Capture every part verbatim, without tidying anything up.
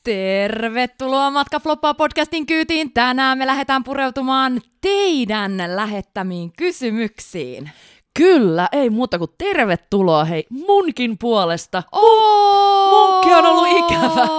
Tervetuloa Matka Floppaa podcastin kyytiin. Tänään me lähdetään pureutumaan teidän lähettämiin kysymyksiin. Kyllä, ei muuta kuin tervetuloa hei munkin puolesta. Oh! Munkki on ollut ikävä.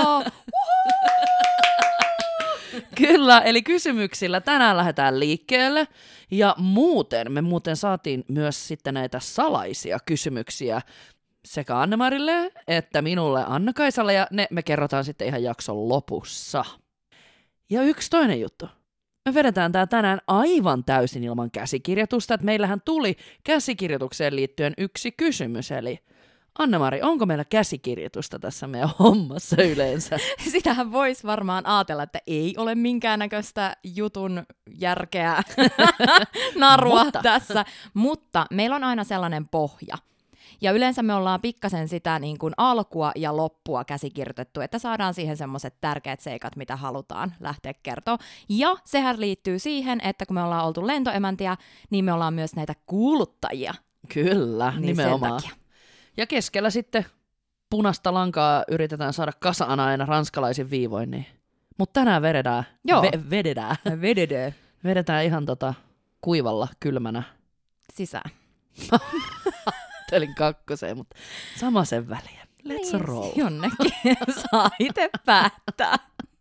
Kyllä, eli kysymyksillä tänään lähdetään liikkeelle. Ja muuten, me muuten saatiin myös sitten näitä salaisia kysymyksiä sekä Anne-Marille että minulle Anna-Kaisalle, ja ne me kerrotaan sitten ihan jakson lopussa. Ja yksi toinen juttu. Me vedetään tää tänään aivan täysin ilman käsikirjoitusta, että meillähän tuli käsikirjoitukseen liittyen yksi kysymys, eli Anne-Mari, onko meillä käsikirjoitusta tässä meidän hommassa yleensä? Sitähän voisi varmaan ajatella, että ei ole minkäännäköistä jutun järkeä narua Mutta. tässä, mutta meillä on aina sellainen pohja. Ja yleensä me ollaan pikkasen sitä niin kuin alkua ja loppua käsikirjoitettu, että saadaan siihen semmoiset tärkeät seikat, mitä halutaan lähteä kertoa. Ja sehän liittyy siihen, että kun me ollaan oltu lentoemäntiä, niin me ollaan myös näitä kuuluttajia. Kyllä, Niin nimenomaan. sen takia. Ja keskellä sitten punaista lankaa yritetään saada kasaan aina ranskalaisin viivoin, niin. Mutta tänään vedetään. Joo. Ve- vedetään. Vedede. Vedetään ihan tota kuivalla, kylmänä. Sisään. Telin kakkoseen, mutta sama sen väliä. Let's niin, roll. Jonnekin saa itse päättää.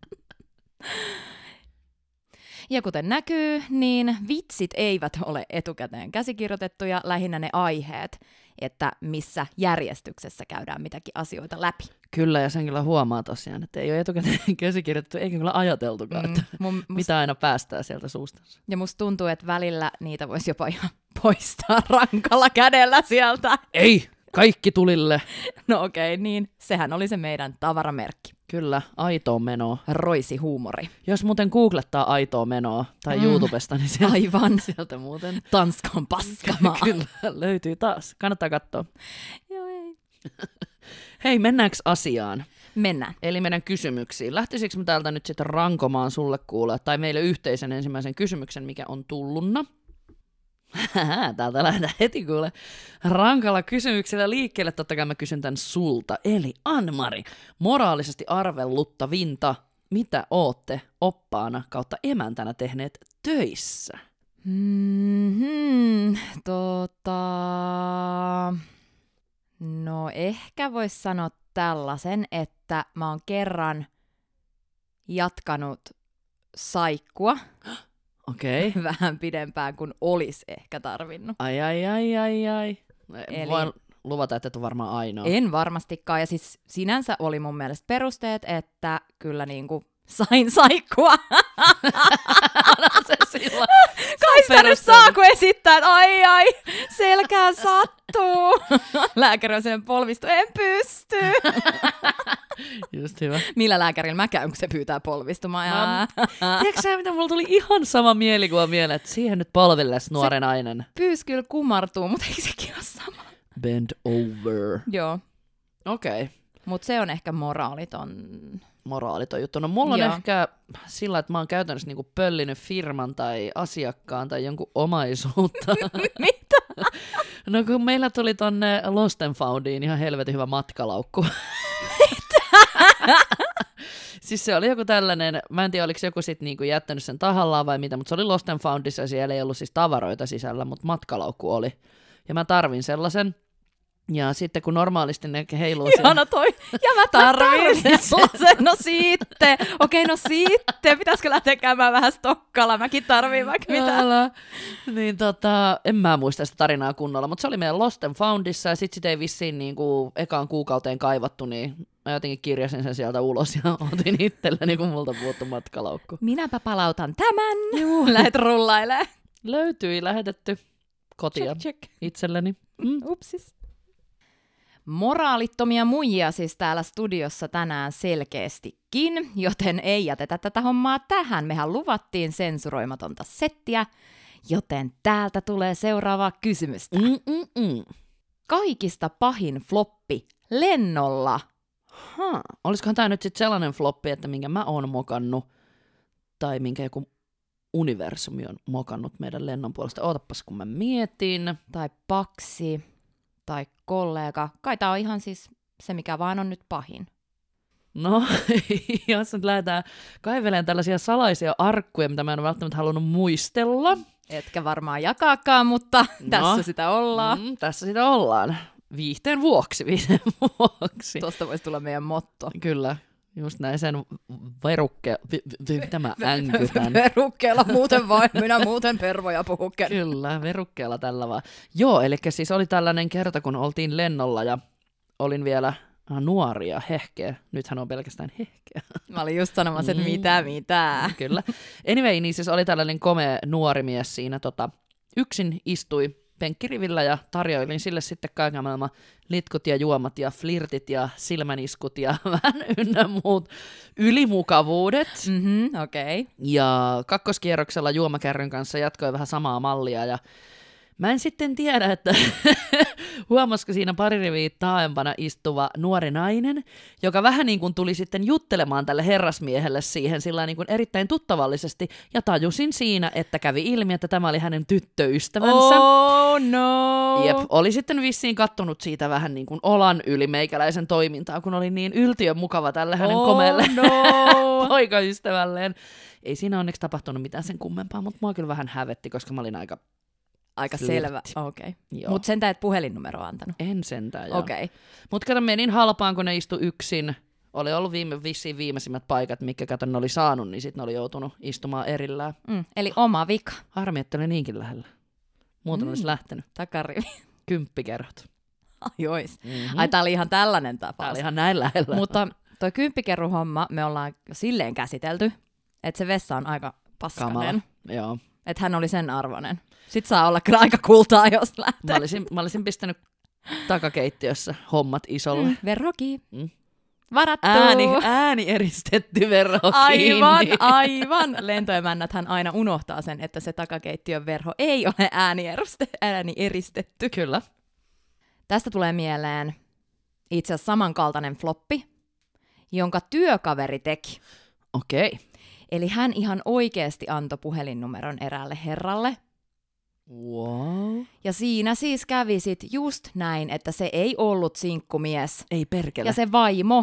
Ja kuten näkyy, niin vitsit eivät ole etukäteen käsikirjoitettuja, lähinnä ne aiheet, että missä järjestyksessä käydään mitäkin asioita läpi. Kyllä, ja sen kyllä huomaa tosiaan, että ei ole etukäteen käsikirjoitettu, eikä kyllä ajateltukaan, Mm, että mun, must, mitä aina päästää sieltä suustansa. ja musta tuntuu, että välillä niitä voisi jopa ihan poistaa rankalla kädellä sieltä. Ei! Kaikki tulille! No okei, okay, niin sehän oli se meidän tavaramerkki. Kyllä, aitoa menoa. Roisi-huumori. Jos muuten googlettaa aitoa menoa tai Mm. YouTubesta, niin sieltä, Aivan. sieltä muuten Tanskan paskamaa. kyllä löytyy taas. Kannattaa katsoa. Joo, ei. Hei, mennäänkö asiaan? Mennään. Eli meidän kysymyksiin. Lähtisikö me täältä nyt sitten rankomaan sulle kuulla, tai meille yhteisen ensimmäisen kysymyksen, mikä on tullunna? Täältä lähdetään heti kuule rankalla kysymyksellä liikkeelle. Totta kai mä kysyn tän sulta. Eli Anne-Mari, moraalisesti arveluttavinta, mitä ootte oppaana kautta emäntänä tehneet töissä? Mm-hmm, tota... No ehkä vois sanoa tällaisen, että mä oon kerran jatkanut saikkua Okei. Okay. vähän pidempään kuin olisi ehkä tarvinnut. Ai ai ai ai ai. Eli- Voin luvata, että et ole varmaan ainoa. En varmastikaan, ja siis sinänsä oli mun mielestä perusteet, että kyllä niinku sain saikkua. se silloin. Kai sitä nyt saa, kun esittää, että ai ai, selkään sattuu. Lääkäri on sen polvistu, en pysty. Just hyvä. Millä lääkärillä mä käyn, kun se pyytää polvistumaan? Ja... Tiedätkö sä, mitä mulla tuli ihan sama mielikuva mieleen, että siihen nyt polvilles nuori nainen. Pyys kyllä kumartuu, mutta eikö sekin ole sama? Bend over. Joo, Okei. Okay. mutta se on ehkä moraaliton. Moraaliton juttu. No mulla on Joo. ehkä sillä, että mä oon käytännössä niinku pöllinyt firman tai asiakkaan tai jonkun omaisuutta. Mitä? No kun meillä tuli tonne Lost and Foundiin ihan helvetin hyvä matkalaukku. Siis se oli joku tällainen, mä en tiedä oliko joku sit niinku jättänyt sen tahallaan vai mitä, mutta se oli Lost and Foundissa ja siellä ei ollut siis tavaroita sisällä, mutta matkalaukku oli. Ja mä tarvin sellaisen. Ja sitten kun normaalisti ne heiluu siellä. Ihana toi. Ja mä tarvitsen sellaisen. No sitten. Okei, no sitten. Pitäisikö lähteä käymään vähän Stokkalla? Mäkin tarviin vaikka mitä. Älä. Niin tota, en mä muista sitä tarinaa kunnolla, mutta se oli meidän Lost and Foundissa ja sit sitä ei vissiin niinku ekaan kuukauteen kaivattu, niin mä jotenkin kirjasin sen sieltä ulos ja otin itselleni, kun multa puuttu matkalaukku. Minäpä palautan tämän. Juu. Lähet rullailemaan. Löytyi lähetetty kotia Check, check. itselleni. Mm. Upsis. Moraalittomia muijia siis täällä studiossa tänään selkeästikin, joten ei jätetä tätä hommaa tähän. Mehän luvattiin sensuroimatonta settiä, joten täältä tulee seuraava kysymystä. Mm-mm-mm. Kaikista pahin floppi lennolla. Ha. Olisikohan tää nyt sitten sellainen floppi, että minkä mä oon mokannut, tai minkä joku universumi on mokannut meidän lennon puolesta. Ootapas kun mä mietin. Tai paksi. Tai kollega. Kai tää on ihan siis se, mikä vaan on nyt pahin. No, jos nyt lähdetään kaivelemaan tällaisia salaisia arkkuja, mitä mä en ole välttämättä halunnut muistella. Etkä varmaan jakaakaan, mutta no, tässä sitä ollaan. Mm, tässä sitä ollaan. Viihteen vuoksi, viihteen vuoksi. Tuosta voisi tulla meidän motto. Kyllä, just näin sen verukke... Tämä änkyrän. Verukkeella muuten vain, minä muuten pervoja puhuken. Kyllä, verukkeella tällä vaan. Joo, eli siis oli tällainen kerta, kun oltiin lennolla ja olin vielä nuori ja hehkeä. Nythän on pelkästään hehkeä. Mä olin just sanomassa, että mitä, mitä. Kyllä. Anyway, niin siis oli tällainen komea nuori mies siinä. Tota, yksin istui penkkirivillä ja tarjoilin sille sitten kaiken maailman litkut ja juomat ja flirtit ja silmäniskut ja vähän ynnä muut ylimukavuudet. Mm-hmm, okei. Okay. Ja kakkoskierroksella juomakärryn kanssa jatkoi vähän samaa mallia ja mä en sitten tiedä, että huomasiko siinä pari riviä taaempana istuva nuori nainen, joka vähän niin kuin tuli sitten juttelemaan tälle herrasmiehelle siihen sillä niin kuin erittäin tuttavallisesti, ja tajusin siinä, että kävi ilmi, että tämä oli hänen tyttöystävänsä. Oh no! Jep, oli sitten vissiin kattonut siitä vähän niin kuin olan yli meikäläisen toimintaa, kun oli niin yltiön mukava tälle hänen oh komeelle no! poikaystävälleen. Ei siinä onneksi tapahtunut mitään sen kummempaa, mutta mua kyllä vähän hävetti, koska mä olin aika Aika flirtti. selvä, okei. Okay. Mutta sentään et puhelinnumeroa antanut. En sentään, joo. Okei. Okay. Mutta kato, menin halpaan, kun ne istu yksin. Oli ollut viime, vissiin viimeisimmät paikat, mitkä kato ne oli saanut, niin sitten ne oli joutunut istumaan erillään. Mm, eli oma vika. Harmi, että oli niinkin lähellä. Muuten mm. olisi lähtenyt. Takarivi. Kymppikerrot. Ai ois. Mm-hmm. Ai tää oli ihan tällainen tapaus. Tää oli ihan näin lähellä. Mutta toi kymppikerruhomma me ollaan silleen käsitelty, että se vessa on aika paskanen. Kamala. Joo. Että hän oli sen arvoinen. Sitten saa olla kyllä aika kultaa, jos lähtee. Mä olisin, mä olisin pistänyt takakeittiössä hommat isolle. Mm, verroki. Mm. Varattu. Ääni, ääni eristetty verho Aivan, kiinni. aivan. Lentoemännäthän aina unohtaa sen, että se takakeittiön verho ei ole ääni, eriste, ääni eristetty. Kyllä. Tästä tulee mieleen itse asiassa samankaltainen floppi, jonka työkaveri teki. Okei. Okay. Eli hän ihan oikeasti antoi puhelinnumeron eräälle herralle. Wow. Ja siinä siis kävi sit just näin, että se ei ollut sinkkumies. Ei perkele. Ja se vaimo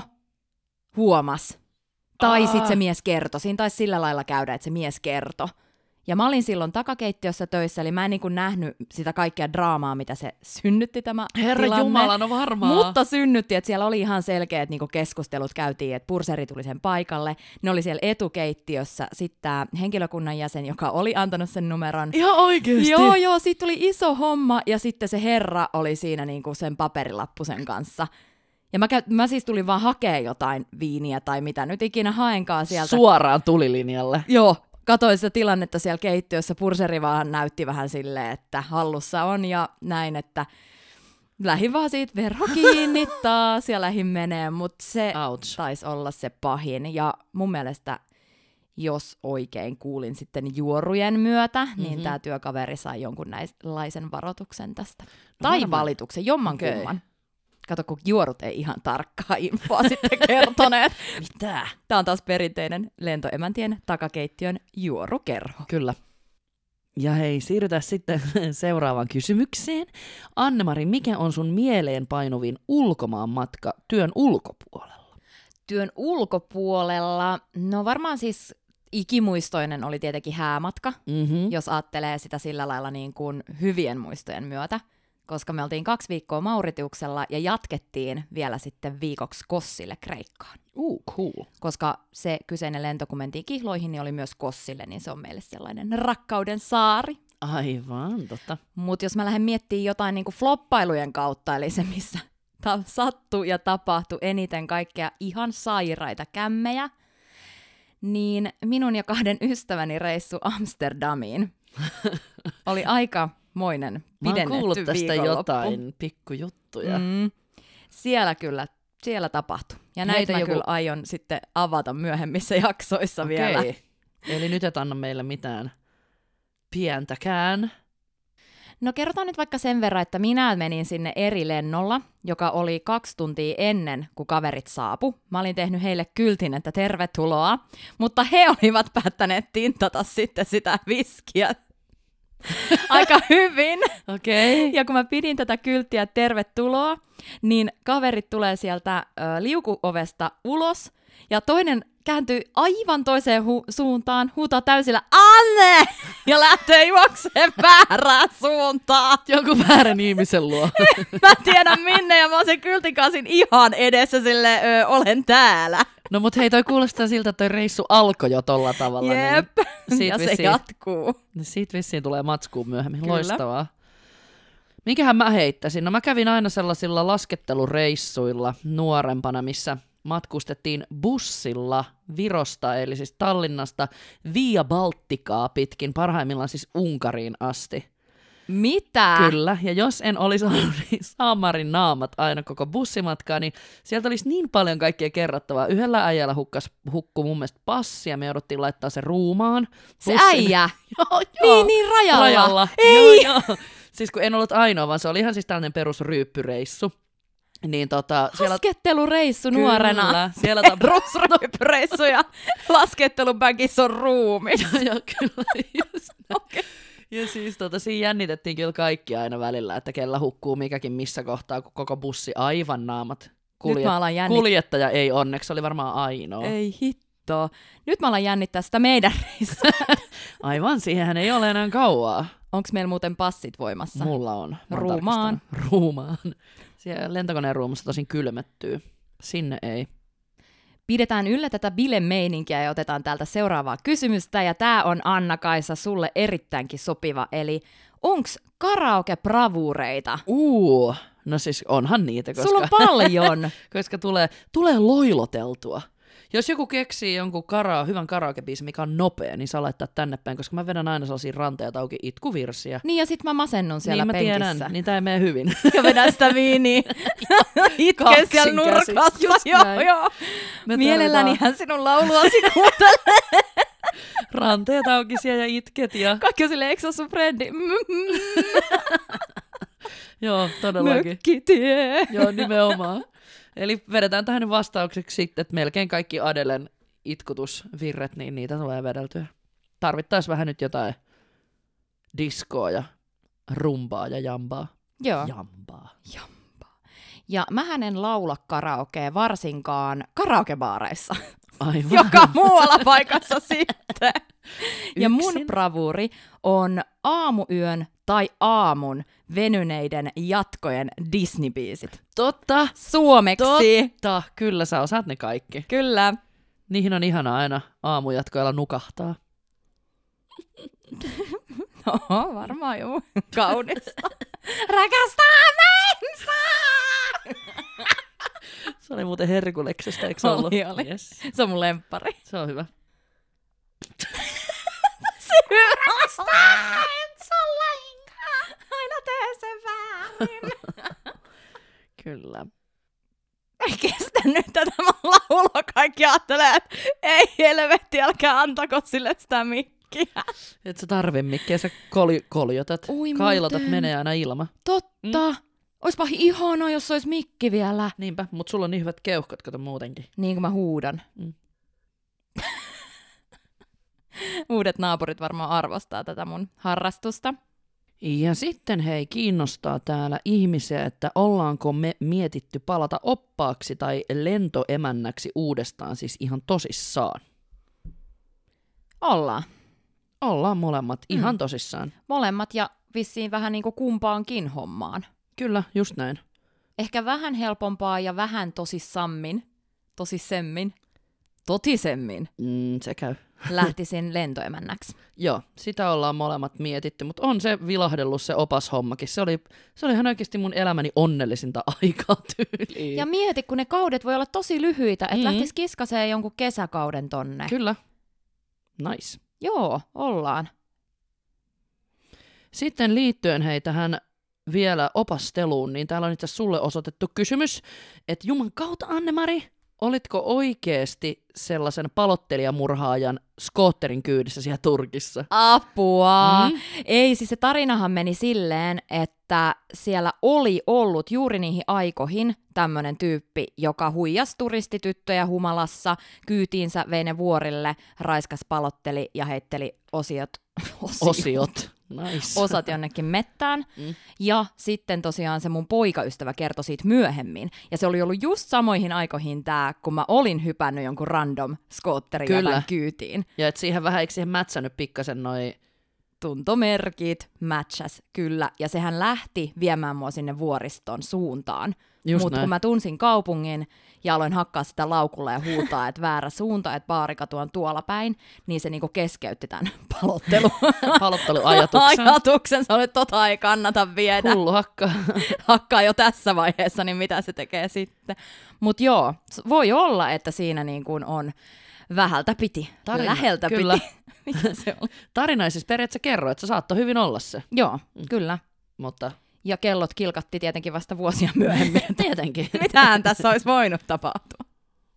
huomas. Tai sitten se mies kertoi. Siinä taisi sillä lailla käydä, että se mies kertoi. Ja mä olin silloin takakeittiössä töissä, eli mä en niin kuin nähnyt sitä kaikkea draamaa, mitä se synnytti tämä Herra tilanne. Jumala, no varmaan. Mutta synnytti, että siellä oli ihan selkeät niin kuin keskustelut käytiin, että purseri tuli sen paikalle. Ne oli siellä etukeittiössä. Sitten tämä henkilökunnan jäsen, joka oli antanut sen numeron. Ihan oikeasti? Joo, joo, siitä tuli iso homma. Ja sitten se herra oli siinä niin kuin sen paperilappusen kanssa. Ja mä, käy, mä siis tulin vaan hakea jotain viiniä tai mitä nyt ikinä haenkaan sieltä. Suoraan tulilinjalle. Joo. Katoin sitä tilannetta siellä keittiössä, purseri vaan näytti vähän silleen, että hallussa on ja näin, että lähdin vaan siitä verho kiinni taas ja lähdin menee, mutta se Ouch. taisi olla se pahin. Ja mun mielestä, jos oikein kuulin sitten juorujen myötä, mm-hmm. niin tämä työkaveri sai jonkunlaisen varoituksen tästä. No, tai varmaan valituksen, jomman okay. kumman. Kato, kun juorut ei ihan tarkkaa infoa sitten kertoneet. Mitä? Tämä on taas perinteinen lentoemäntien takakeittiön juorukerho. Kyllä. Ja hei, siirrytään sitten seuraavaan kysymykseen. Anne-Mari, mikä on sun mieleen painuvin ulkomaan matka työn ulkopuolella? Työn ulkopuolella? No varmaan siis ikimuistoinen oli tietenkin häämatka, mm-hmm. jos ajattelee sitä sillä lailla niin kuin hyvien muistojen myötä. Koska me oltiin kaksi viikkoa Mauritiuksella ja jatkettiin vielä sitten viikoksi Kossille Kreikkaan. Uh, cool. Koska se kyseinen lento, kun mentiin kihloihin, niin oli myös Kossille, niin se on meille sellainen rakkauden saari. Aivan, totta. Mutta jos mä lähden miettimään jotain niin kuin floppailujen kautta, eli se missä ta- sattui ja tapahtui eniten kaikkea ihan sairaita kämmejä, niin minun ja kahden ystäväni reissu Amsterdamiin oli aika moinen pidennetty Mä oon kuullut tästä jotain pikkujuttuja. Mm. Siellä kyllä, siellä tapahtui. Ja näitä mä joku... kyllä aion sitten avata myöhemmissä jaksoissa okay. vielä. Eli nyt et anna meille mitään pientäkään. No kerrotaan nyt vaikka sen verran, että minä menin sinne eri lennolla, joka oli kaksi tuntia ennen, kuin kaverit saapu. Mä olin tehnyt heille kyltin, että tervetuloa, mutta he olivat päättäneet tintata sitten sitä viskiä aika hyvin. Okay. Ja kun mä pidin tätä kylttiä tervetuloa, niin kaverit tulee sieltä ö, liukuovesta ulos Ja toinen kääntyy aivan toiseen hu- suuntaan, huutaa täysillä Anne! Ja lähtee juokseen väärään suuntaan. Joku väärän ihmisen luo. Mä tiedän minne ja mä oon sen kyltikasin ihan edessä sille öö, olen täällä. No mut hei, toi kuulostaa siltä, että toi reissu alkoi jo tolla tavalla. Jep, niin ja vissiin, se jatkuu. Siitä vissiin tulee matskuu myöhemmin. Kyllä. Loistavaa. Minkähän mä heittäisin? No mä kävin aina sellaisilla laskettelureissuilla nuorempana, missä matkustettiin bussilla Virosta, eli siis Tallinnasta Via Balticaa pitkin, parhaimmillaan siis Unkariin asti. Mitä? Kyllä, ja jos en olisi ollut niin saamarin naamat aina koko bussimatkaa, niin sieltä olisi niin paljon kaikkea kerrottavaa. Yhdellä äijällä hukkas, hukkui mun mielestä passi, ja me jouduttiin laittaa se ruumaan. Se Bussin. äijä? joo, joo. Niin, niin rajalla. rajalla. Ei! Joo, joo. Siis kun en ollut ainoa, vaan se oli ihan siis tällainen perusryyppyreissu. Niin tota, siellä... Laskettelureissu nuorena. Kyllä, siellä tap... Perusryyppyreissu ja laskettelupäkissä on ruumi. Joo, kyllä, just näin. Okay. Ja siis tota, siinä jännitettiin kyllä kaikki aina välillä, että kellä hukkuu mikäkin missä kohtaa, kun koko bussi aivan naamat. Kuljet... Nyt mä alan jännit... Kuljettaja ei onneksi, oli varmaan ainoa. Ei hitto. Nyt mä alan jännittää sitä meidän reissua. Aivan, siihenhän ei ole enää kauaa. Onko meillä muuten passit voimassa? Mulla on. Mä Ruumaan. Ruumaan. Siellä lentokoneen ruumassa tosin kylmettyy. Sinne ei. Pidetään yllä tätä bilemeininkiä ja otetaan täältä seuraavaa kysymystä. Ja tää on Anna-Kaisa sulle erittäinkin sopiva. Eli onks karaoke-bravureita? Uu, no siis onhan niitä, koska, Sulla on paljon. koska tulee, tulee loiloteltua. Jos joku keksii jonkun kara, hyvän karaokebiisin, mikä on nopea, niin saa laittaa tänne päin, koska mä vedän aina sellaisia ranteja auki itkuvirsiä. Niin ja sit mä masennun siellä niin, penkissä. Niin mä tiedän, niin tää ei mene hyvin. Ja vedän sitä viiniä. Itkee siellä nurkassa. Joo, joo. Mielellänihän sinun lauluasi kuuntelee. Ranteet auki siellä ja itket. Ja... Kaikki on silleen, eikö se ole sun frendi? Joo, todellakin. Mökkitie. Joo, nimenomaan. Eli vedetään tähän vastaukseksi sitten, että melkein kaikki Adelen itkutusvirret, niin niitä tulee vedeltyä. Tarvittaisiin vähän nyt jotain diskoa ja rumbaa ja jambaa. Joo. Jambaa. Jambaa. Ja mähän en laula karaokea varsinkaan karaokebaareissa. Aivan. Joka muualla paikassa sitten. Ja mun Yksin? bravuri on aamuyön tai aamun venyneiden jatkojen Disney-biisit. Totta. Suomeksi. Totta. Kyllä sä osaat ne kaikki. Kyllä. Niihin on ihana aina aamujatkoilla nukahtaa. No, varmaan juu. Kaunista. Rakastaa mensää! Se oli muuten Herkuleksestä, eikö se ollut? Oli, oli. Yes. Se on mun lemppari. Se on hyvä. Rakastaa mensää lainkaan. Aina tee sen väärin. Kyllä. Ei kestä nyt tätä mun laulua. Kaikki ajattelee, että ei helvetti, älkää antako sille sitä mikkiä. Et sä tarvi mikkiä, sä kol- koljotat, Ui, kailotat, muuten. menee aina ilma. Totta. Mm. Oispa ihanaa, jos olisi mikki vielä. Niinpä, mut sulla on niin hyvät keuhkot, kato muutenkin. Niin kuin mä huudan. Mm. Uudet naapurit varmaan arvostaa tätä mun harrastusta. Ja sitten hei, kiinnostaa täällä ihmisiä, että ollaanko me mietitty palata oppaaksi tai lentoemännäksi uudestaan, siis ihan tosissaan. Ollaan. Ollaan molemmat ihan Mm. tosissaan. Molemmat ja vissiin vähän niin kuin kumpaankin hommaan. Kyllä, just näin. Ehkä vähän helpompaa ja vähän tosissammin, tosissemmin, totisemmin Mm, se käy. lähtisin lentoemännäksi. Joo, sitä ollaan molemmat mietitty, mutta on se vilahdellut se opashommakin. Se oli, se oli ihan oikeasti mun elämäni onnellisinta aikaa tyyliin. Ja mieti, kun ne kaudet voi olla tosi lyhyitä, että Mm. lähtis kiskaseen jonkun kesäkauden tonne. Kyllä. Nice. Joo, ollaan. Sitten liittyen hei tähän vielä opasteluun, niin täällä on itse asiassa sulle osoitettu kysymys, että juman kautta Anne-Mari, olitko oikeasti sellaisen palottelijamurhaajan skootterin kyydissä siellä Turkissa? Apua! Mm. Ei, siis se tarinahan meni silleen, että siellä oli ollut juuri niihin aikoihin tämmöinen tyyppi, joka huijasi turistityttöjä humalassa, kyytiinsä vei ne vuorille, raiskas palotteli ja heitteli osiot. Osiot. Nice. osat jonnekin mettään. Mm. Ja sitten tosiaan se mun poikaystävä kertoi siitä myöhemmin. Ja se oli ollut just samoihin aikoihin tää, kun mä olin hypännyt jonkun random skootterin Kyllä. kyytiin. Ja et siihen vähän, eikö siihen mätsänyt pikkasen noi... Tuntomerkit, matchas, kyllä. Ja sehän lähti viemään mua sinne vuoriston suuntaan. Mutta kun mä tunsin kaupungin ja aloin hakkaa sitä laukulla ja huutaa, että väärä suunta, että baarikatu on tuolla päin, niin se niinku keskeytti tämän palottelun. Palotteluajatuksen. Ajatuksen, se oli, tota ei kannata viedä. Hullu hakka. Hakkaa jo tässä vaiheessa, niin mitä se tekee sitten. Mutta joo, voi olla, että siinä niin kuin on vähältä piti, Tarina, läheltä kyllä. piti. Mikä se on? Tarina siis periaatteessa kerro, että se saattoi hyvin olla se. Joo, kyllä. Mutta Ja kellot kilkatti tietenkin vasta vuosia myöhemmin. tietenkin. Mitähän tässä olisi voinut tapahtua?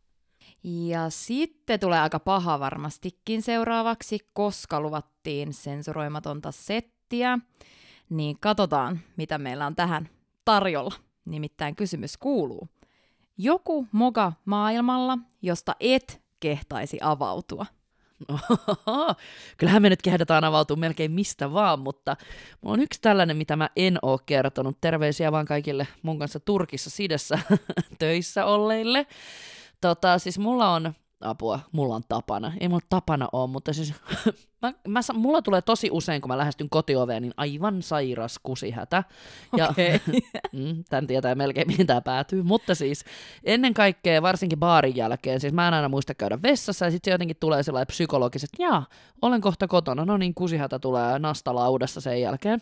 Ja sitten tulee aika paha varmastikin seuraavaksi, koska luvattiin sensuroimatonta settiä. Niin katsotaan, mitä meillä on tähän tarjolla. Nimittäin kysymys kuuluu. Joku moga maailmalla, josta et kehtaisi avautua. Ohoho. Kyllähän me nyt kehdataan avautua melkein mistä vaan, mutta mulla on yksi tällainen, mitä mä en oo kertonut. Terveisiä vaan kaikille mun kanssa Turkissa sidessä töissä olleille. Tota, siis mulla on, apua, mulla on tapana. Ei mulla tapana ole, mutta siis mä, mä, mulla tulee tosi usein, kun mä lähestyn kotioveen, niin aivan sairas kusihätä. Ja, Okei. mm, tän tietää melkein, mihin tää päätyy. Mutta siis ennen kaikkea, varsinkin baarin jälkeen, siis mä en aina muista käydä vessassa, ja sitten se jotenkin tulee sellainen psykologiset, että jaa, olen kohta kotona, no niin, kusihätä tulee nastalaudassa sen jälkeen.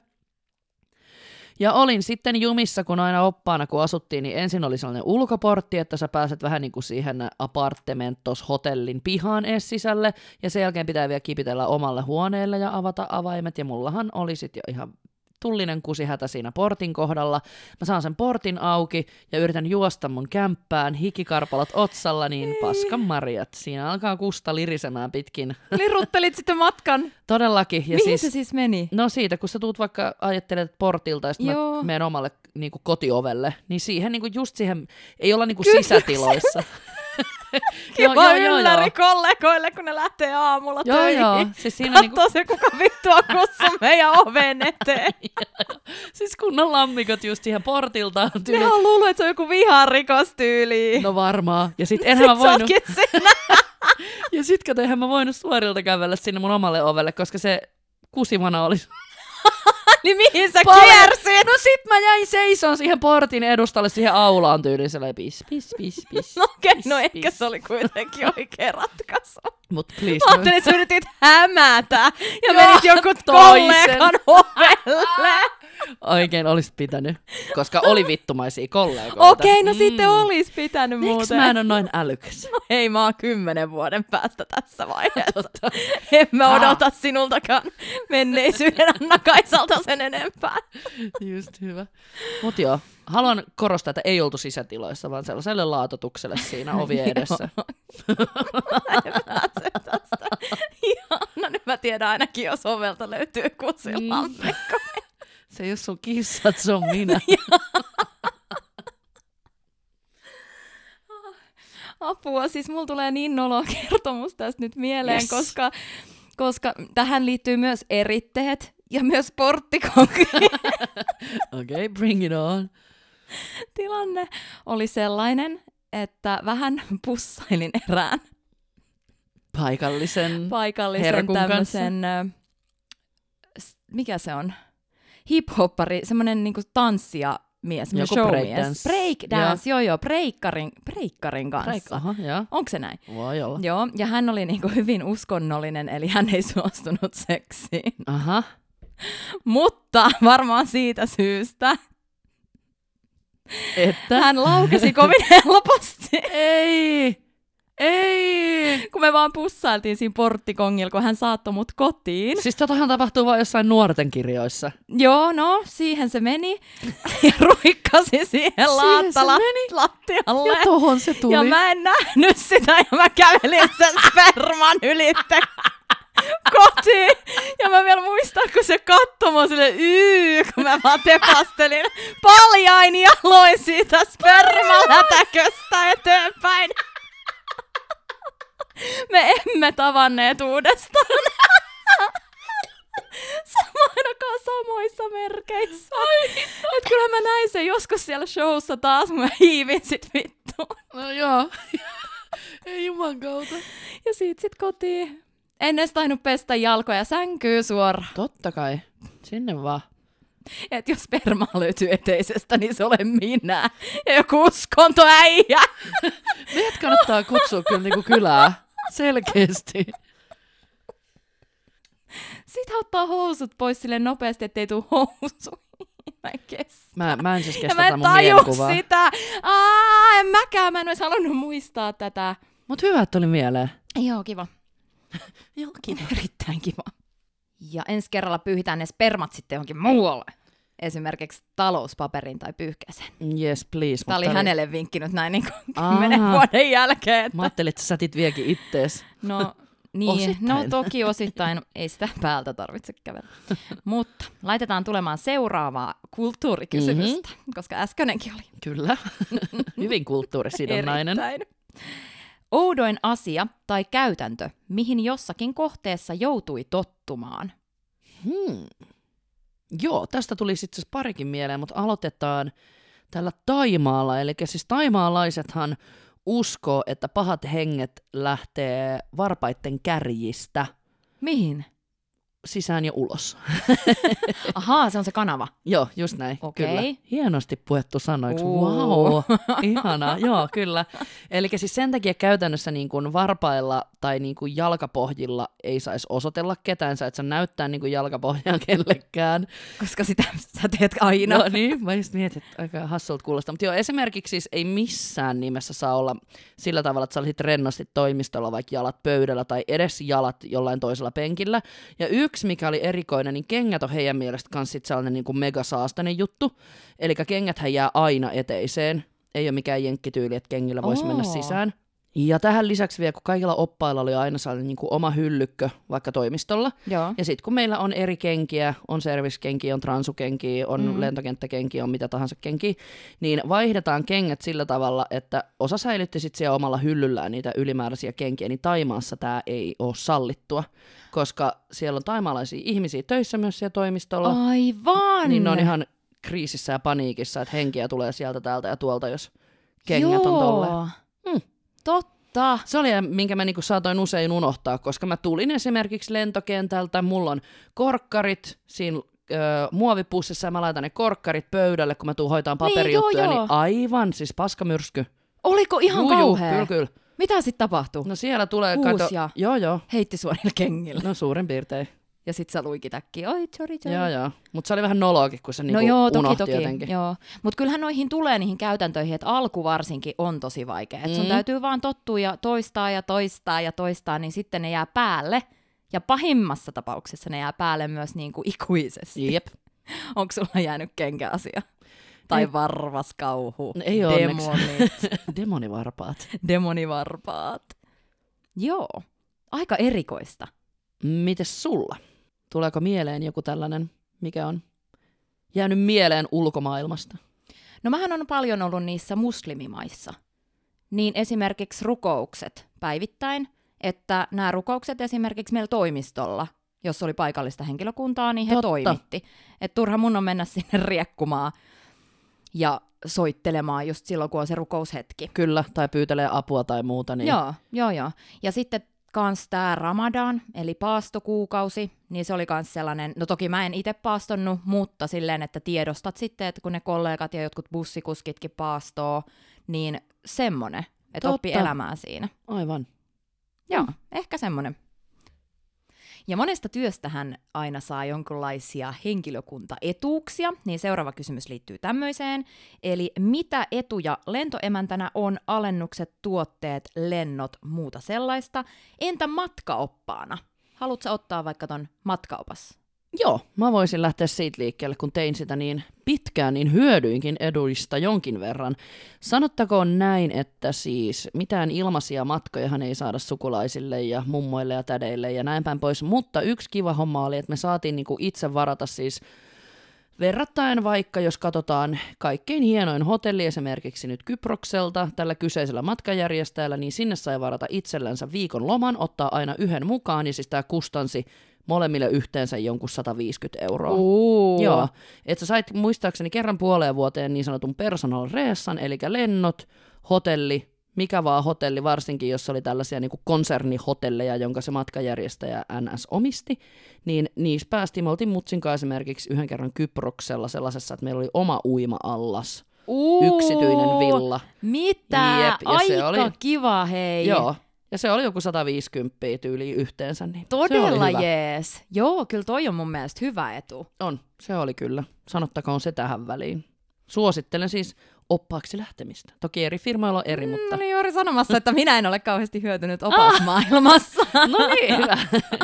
Ja olin sitten jumissa, kun aina oppaana, kun asuttiin, niin ensin oli sellainen ulkoportti, että sä pääset vähän niin kuin siihen apartmentos hotellin pihaan ees sisälle, ja sen jälkeen pitää vielä kipitellä omalle huoneelle ja avata avaimet, ja mullahan oli sitten jo ihan tullinen kusihätä siinä portin kohdalla. Mä saan sen portin auki ja yritän juosta mun kämppään, hikikarpalot otsalla, niin paskan marjat. Siinä alkaa kusta lirisemään pitkin. Liruttelit sitten matkan. Todellakin. Ja Mihin siis, se siis meni? no siitä, kun sä tuut vaikka ajattelet portilta ja sitten mä menen omalle niin kuin kotiovelle, niin siihen niin kuin just siihen, ei olla niin kuin sisätiloissa. Kiva ylläri kollegoille, kun ne lähtee aamulla joo, töihin. Joo, siis siinä Katso niinku... se, kuka vittua kutsuu meidän oven eteen. Siis kunnon lammikot just siihen portilta. Tyyli... Nehän on luullut, että se on joku viharikostyyli. No varmaan. Ja sit enhän mä voinut... siinä. Ja sit kato, eihän mä voinut suorilta kävellä sinne mun omalle ovelle, koska se kusimana oli... Niin mihin sä Paljon. kiersit? No sit mä jäin seison siihen portin edustalle siihen aulaan tyyliin sellainen pis, pis, pis, pis. No okei, okay, pis, no pis. ehkä se oli kuitenkin oikea ratkaisu. Mut please. Mä ajattelin, että sä yritit hämätä ja Joo, menit jonkun toisen. kollegan ovelle. Oikein olis pitänyt, koska oli vittumaisia kollegoita. Okei, okay, no mm. sitten olis pitänyt Miksi muuten. mä en ole noin älykäs? No ei, mä oon kymmenen vuoden päästä tässä vaiheessa. En mä odota sinultakaan menneisyyden Anna-Kaisalta sen enempää. Just hyvä. Mut joo, haluan korostaa, että ei oltu sisätiloissa, vaan sellaiselle laatotukselle siinä ovien edessä. No nyt mä tiedän ainakin, jos ovelta löytyy kusilammikko. Se ei ole sun kissat, se on minä. Apua, siis mulla tulee niin noloa kertomus tästä nyt mieleen, Yes. koska, koska tähän liittyy myös eritteet ja myös porttikonki. Okei, okay, bring it on. Tilanne oli sellainen, että vähän pussailin erään Paikallisen paikallisen herkun tämmöisen, ö, s- mikä se on, hip-hoppari, semmoinen niinku tanssija mies, Joku showmies. breakdance. Breakdance, joo joo, breikkarin, breikkarin kanssa. Break, aha, joo. Onko se näin? Voi olla. Joo, ja hän oli niinku hyvin uskonnollinen, eli hän ei suostunut seksiin. Aha. Mutta varmaan siitä syystä Että? hän laukesi kovin helposti. Ei! Ei! Kun me vaan pussailtiin siinä porttikongilla, kun hän saattoi mut kotiin. Siis totahan tapahtuu vain jossain nuorten kirjoissa. Joo, no, siihen se meni. Ja ruikkasi siihen laattala lattialle. Ja tohon se tuli. Ja mä en nähnyt sitä, ja mä kävelin sen sperman ylitte kotiin. Ja mä vielä muistan, kun se katsoi mua silleen, yy, kun mä vaan tepastelin paljain jaloin siitä spermalätäköstä eteenpäin. Me emme tavanneet uudestaan. Samoina samoissa merkeissä. Että kyllä mä näin sen joskus siellä showssa taas, mä hiivin sit vittuun. No joo. Ei juman kautta. Ja siitä sit kotiin. En edes tainnut pestä jalkoja sänkyy suoraan. Totta kai. Sinne vaan. Että jos spermaa löytyy eteisestä, niin se olen minä. Ja joku uskontoäijä. Meidät kannattaa kutsua kyllä niinku kylää. Selkeästi. Sitten ottaa housut pois sille nopeasti, ettei tule housuihin. Mä en kestä. Mä, mä en siis kestä ja mä en tätä mun mielikuvaa. sitä. Aa, en mäkään. Mä en olisi halunnut muistaa tätä. Mut hyvä, että tuli mieleen. Joo, kiva. Joo, kiva. Erittäin kiva. Ja ensi kerralla pyyhitään ne spermat sitten johonkin muualle. Esimerkiksi talouspaperiin tai pyyhkeeseen. Yes, please. Tämä oli oli... hänelle vinkkinyt näin niin kuin kymmenen vuoden jälkeen. Että... Mä ajattelin, että sä sätit vieläkin ittees. No niin, osittain. No toki osittain. Ei sitä päältä tarvitse kävellä. Mutta laitetaan tulemaan seuraavaa kulttuurikysymystä, mm-hmm. koska äskeinenkin oli. Kyllä. Hyvin kulttuurisidonnainen. Erittäin. Oudoin asia tai käytäntö, mihin jossakin kohteessa joutui tottumaan. Hmm. Joo, tästä tuli sitten parikin mieleen, mutta aloitetaan tällä Thaimaalla. Eli siis taimaalaisethan uskoo, että pahat henget lähtee varpaitten kärjistä. Mihin? Sisään ja ulos. Ahaa, se on se kanava. Joo, just näin, okay. Kyllä. Hienosti puettu sanoiksi. Uh. Wow, ihanaa. Joo, kyllä. Eli siis sen takia käytännössä niin kuin varpailla tai niin kuin jalkapohjilla ei saisi osoitella ketään, sä et saa näyttää niin kuin jalkapohjaa kellekään. Koska sitä sä teet aina. No niin, mä just mietin, että aika hassulta kuulostaa. Mutta joo, esimerkiksi siis ei missään nimessä saa olla sillä tavalla, että sä olisit rennosti toimistolla, vaikka jalat pöydällä tai edes jalat jollain toisella penkillä. Ja yksi, mikä oli erikoinen, niin kengät on heidän mielestä kans sit sellainen niin kuin megasaastainen juttu. Eli kengäthän jää aina eteiseen. Ei ole mikään jenkkityyli, että kengillä voisi Oo. mennä sisään. Ja tähän lisäksi vielä, kun kaikilla oppailla oli aina sellainen niin kuin oma hyllykkö vaikka toimistolla. Joo. Ja sitten kun meillä on eri kenkiä, on servicekenkiä, on transukenkiä, on Mm. lentokenttäkenkiä, on mitä tahansa kenkiä, niin vaihdetaan kengät sillä tavalla, että osa säilytti sitten siellä omalla hyllyllään niitä ylimääräisiä kenkiä, niin Taimaassa tämä ei ole sallittua, koska siellä on taimaalaisia ihmisiä töissä myös siellä toimistolla. Aivan! Niin ne on ihan kriisissä ja paniikissa, että henkiä tulee sieltä täältä ja tuolta, jos kengät Joo. on tolleen. Hmm. Totta. Se oli, minkä mä niinku saatoin usein unohtaa, koska mä tulin esimerkiksi lentokentältä, mulla on korkkarit siinä ö, muovipussissa ja mä laitan ne korkkarit pöydälle, kun mä tuun hoitaan paperijuttuja, niin, niin, joo, joo. aivan, siis paskamyrsky. Oliko ihan Juu, juu, kauhea? kyllä, kyllä. Mitä sitten tapahtui? No siellä tulee, Uusia. kato, joo joo, Heitti sua niillä kengillä. no suurin piirtein. Ja sit sä luikit äkkiä, oi, sorry, sorry. Joo joo, mutta se oli vähän noloakin, kun se No niinku joo, toki, unohti toki. jotenkin. Joo. Mutta kyllähän noihin tulee niihin käytäntöihin, että alku varsinkin on tosi vaikea. Et sun Mm. täytyy vaan tottua ja toistaa ja toistaa ja toistaa, niin sitten ne jää päälle. Ja pahimmassa tapauksessa ne jää päälle myös niin kuin ikuisesti. Jep. Onko sulla jäänyt kenkäasia? Tai Ei. varvaskauhu? No ei ole onneksi. Demonit. Demonivarpaat. Demonivarpaat. Joo, aika erikoista. Mites sulla? Tuleeko mieleen joku tällainen, mikä on jäänyt mieleen ulkomaailmasta? No mähän on paljon ollut niissä muslimimaissa. Niin esimerkiksi rukoukset päivittäin, että nämä rukoukset esimerkiksi meillä toimistolla, jos oli paikallista henkilökuntaa, niin he Totta. toimitti. Että turha mun on mennä sinne riekkumaan ja soittelemaan just silloin, kun on se rukoushetki. Kyllä, tai pyytelee apua tai muuta. Niin... Joo, joo, joo. Ja sitten kans tää Ramadan, eli paastokuukausi, niin se oli kans sellainen, no toki mä en itse paastonnut, mutta silleen, että tiedostat sitten, että kun ne kollegat ja jotkut bussikuskitkin paastoo, niin semmonen, että oppii Totta. elämään siinä. Aivan. Joo, Mm. ehkä semmonen. Ja monesta työstähän aina saa jonkinlaisia henkilökuntaetuuksia, niin seuraava kysymys liittyy tämmöiseen. Eli mitä etuja lentoemäntänä on, alennukset, tuotteet, lennot, muuta sellaista? Entä matkaoppaana? Haluatko ottaa vaikka ton matkaopas? Joo, mä voisin lähteä siitä liikkeelle, kun tein sitä niin pitkään, niin hyödyinkin eduista jonkin verran. Sanottakoon näin, että siis mitään ilmaisia matkojahan ei saada sukulaisille ja mummoille ja tädeille ja näin päin pois, mutta yksi kiva homma oli, että me saatiin niinku itse varata siis verrattain vaikka, jos katsotaan kaikkein hienoin hotelli esimerkiksi nyt Kyprokselta tällä kyseisellä matkajärjestäjällä, niin sinne sai varata itsellänsä viikon loman, ottaa aina yhden mukaan, ja siis tämä kustansi molemmille yhteensä jonkun sata viisikymmentä euroa. Uh. Joo, että sä sait muistaakseni kerran puoleen vuoteen niin sanotun personal reessan, eli lennot, hotelli, mikä vaan hotelli, varsinkin jos oli tällaisia niin kuin konsernihotelleja, jonka se matkajärjestäjä N S omisti, niin niissä päästiin, me oltiin mutsin kanssa esimerkiksi yhden kerran Kyproksella sellaisessa, että meillä oli oma uima-allas, Uh. yksityinen villa. Mitä? Jep, ja Aika se oli, kiva, hei. joo, ja se oli joku sata viisikymmentä tyyliin yhteensä. Niin Todella se oli jees. Joo, kyllä toi on mun mielestä hyvä etu. On, se oli kyllä. Sanottakoon se tähän väliin. Suosittelen siis oppaaksi lähtemistä. Toki eri firmoilla on eri, mutta... No niin, juuri sanomassa, että minä en ole kauheasti hyötynyt opasmaailmassa. Ah, no niin, hyvä.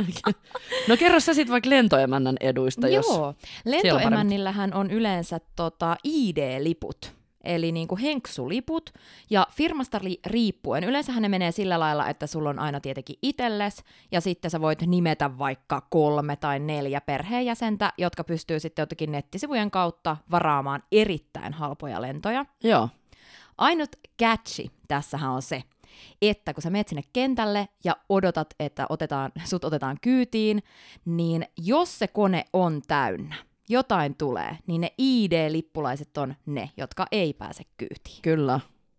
No kerro sä sitten vaikka lentoemännän eduista, jos... Joo, lentoemännillähän on yleensä tota I D-liput, eli niinku henksuliput, ja firmasta li- riippuen. Yleensähän ne menee sillä lailla, että sulla on aina tietenkin itelles, ja sitten sä voit nimetä vaikka kolme tai neljä perheenjäsentä, jotka pystyy sitten jotenkin nettisivujen kautta varaamaan erittäin halpoja lentoja. Joo. Ainut catchi tässähän on se, että kun sä menet sinne kentälle ja odotat, että otetaan, sut otetaan kyytiin, niin jos se kone on täynnä, jotain tulee, niin ne I D-lippulaiset on ne, jotka ei pääse kyytiin. Kyllä.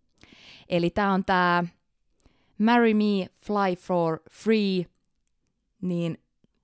Eli tää on tää Marry Me, Fly for Free, niin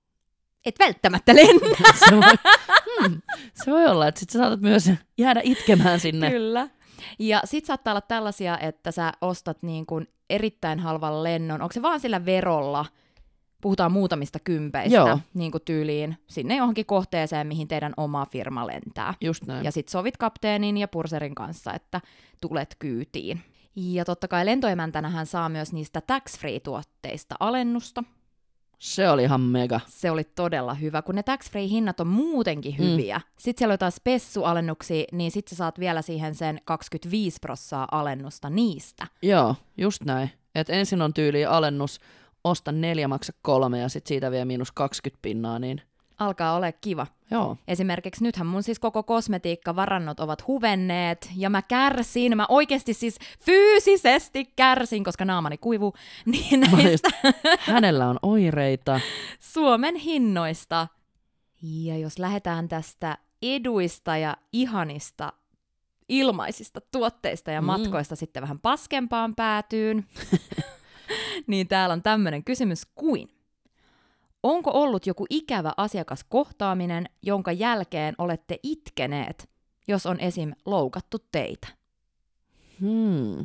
et välttämättä lennä. Se voi, hmm, se voi olla, että sit sä saatat myös jäädä itkemään sinne. Kyllä. Ja sit saattaa olla tällaisia, että sä ostat niin kuin erittäin halvan lennon. Onko se vaan sillä verolla? Puhutaan muutamista kympeistä, Joo. niin kuin tyyliin sinne johonkin kohteeseen, mihin teidän oma firma lentää. Just näin. Ja sit sovit kapteenin ja purserin kanssa, että tulet kyytiin. Ja totta kai lentoemäntänähän saa myös niistä tax-free-tuotteista alennusta. Se oli ihan mega. Se oli todella hyvä, kun ne tax-free-hinnat on muutenkin hyviä. Mm. Sitten siellä on jotain spessualennuksia, niin sit sä saat vielä siihen sen kaksikymmentäviisi prosenttia alennusta niistä. Joo, just näin. Et ensin on tyyliin alennus, osta neljä, maksa kolme ja sit siitä vielä miinus kaksikymmentä pinnaa, niin... Alkaa olla kiva. Joo. Esimerkiksi nythän mun siis koko kosmetiikkavarannot ovat huvenneet, ja mä kärsin, mä oikeasti siis fyysisesti kärsin, koska naamani kuivuu, niin näistä Hänellä on oireita. Suomen hinnoista. Ja jos lähdetään tästä eduista ja ihanista ilmaisista tuotteista ja Mm. matkoista sitten vähän paskempaan päätyyn, niin täällä on tämmöinen kysymys kuin: onko ollut joku ikävä asiakaskohtaaminen, jonka jälkeen olette itkeneet, jos on esim. Loukattu teitä? Hmm.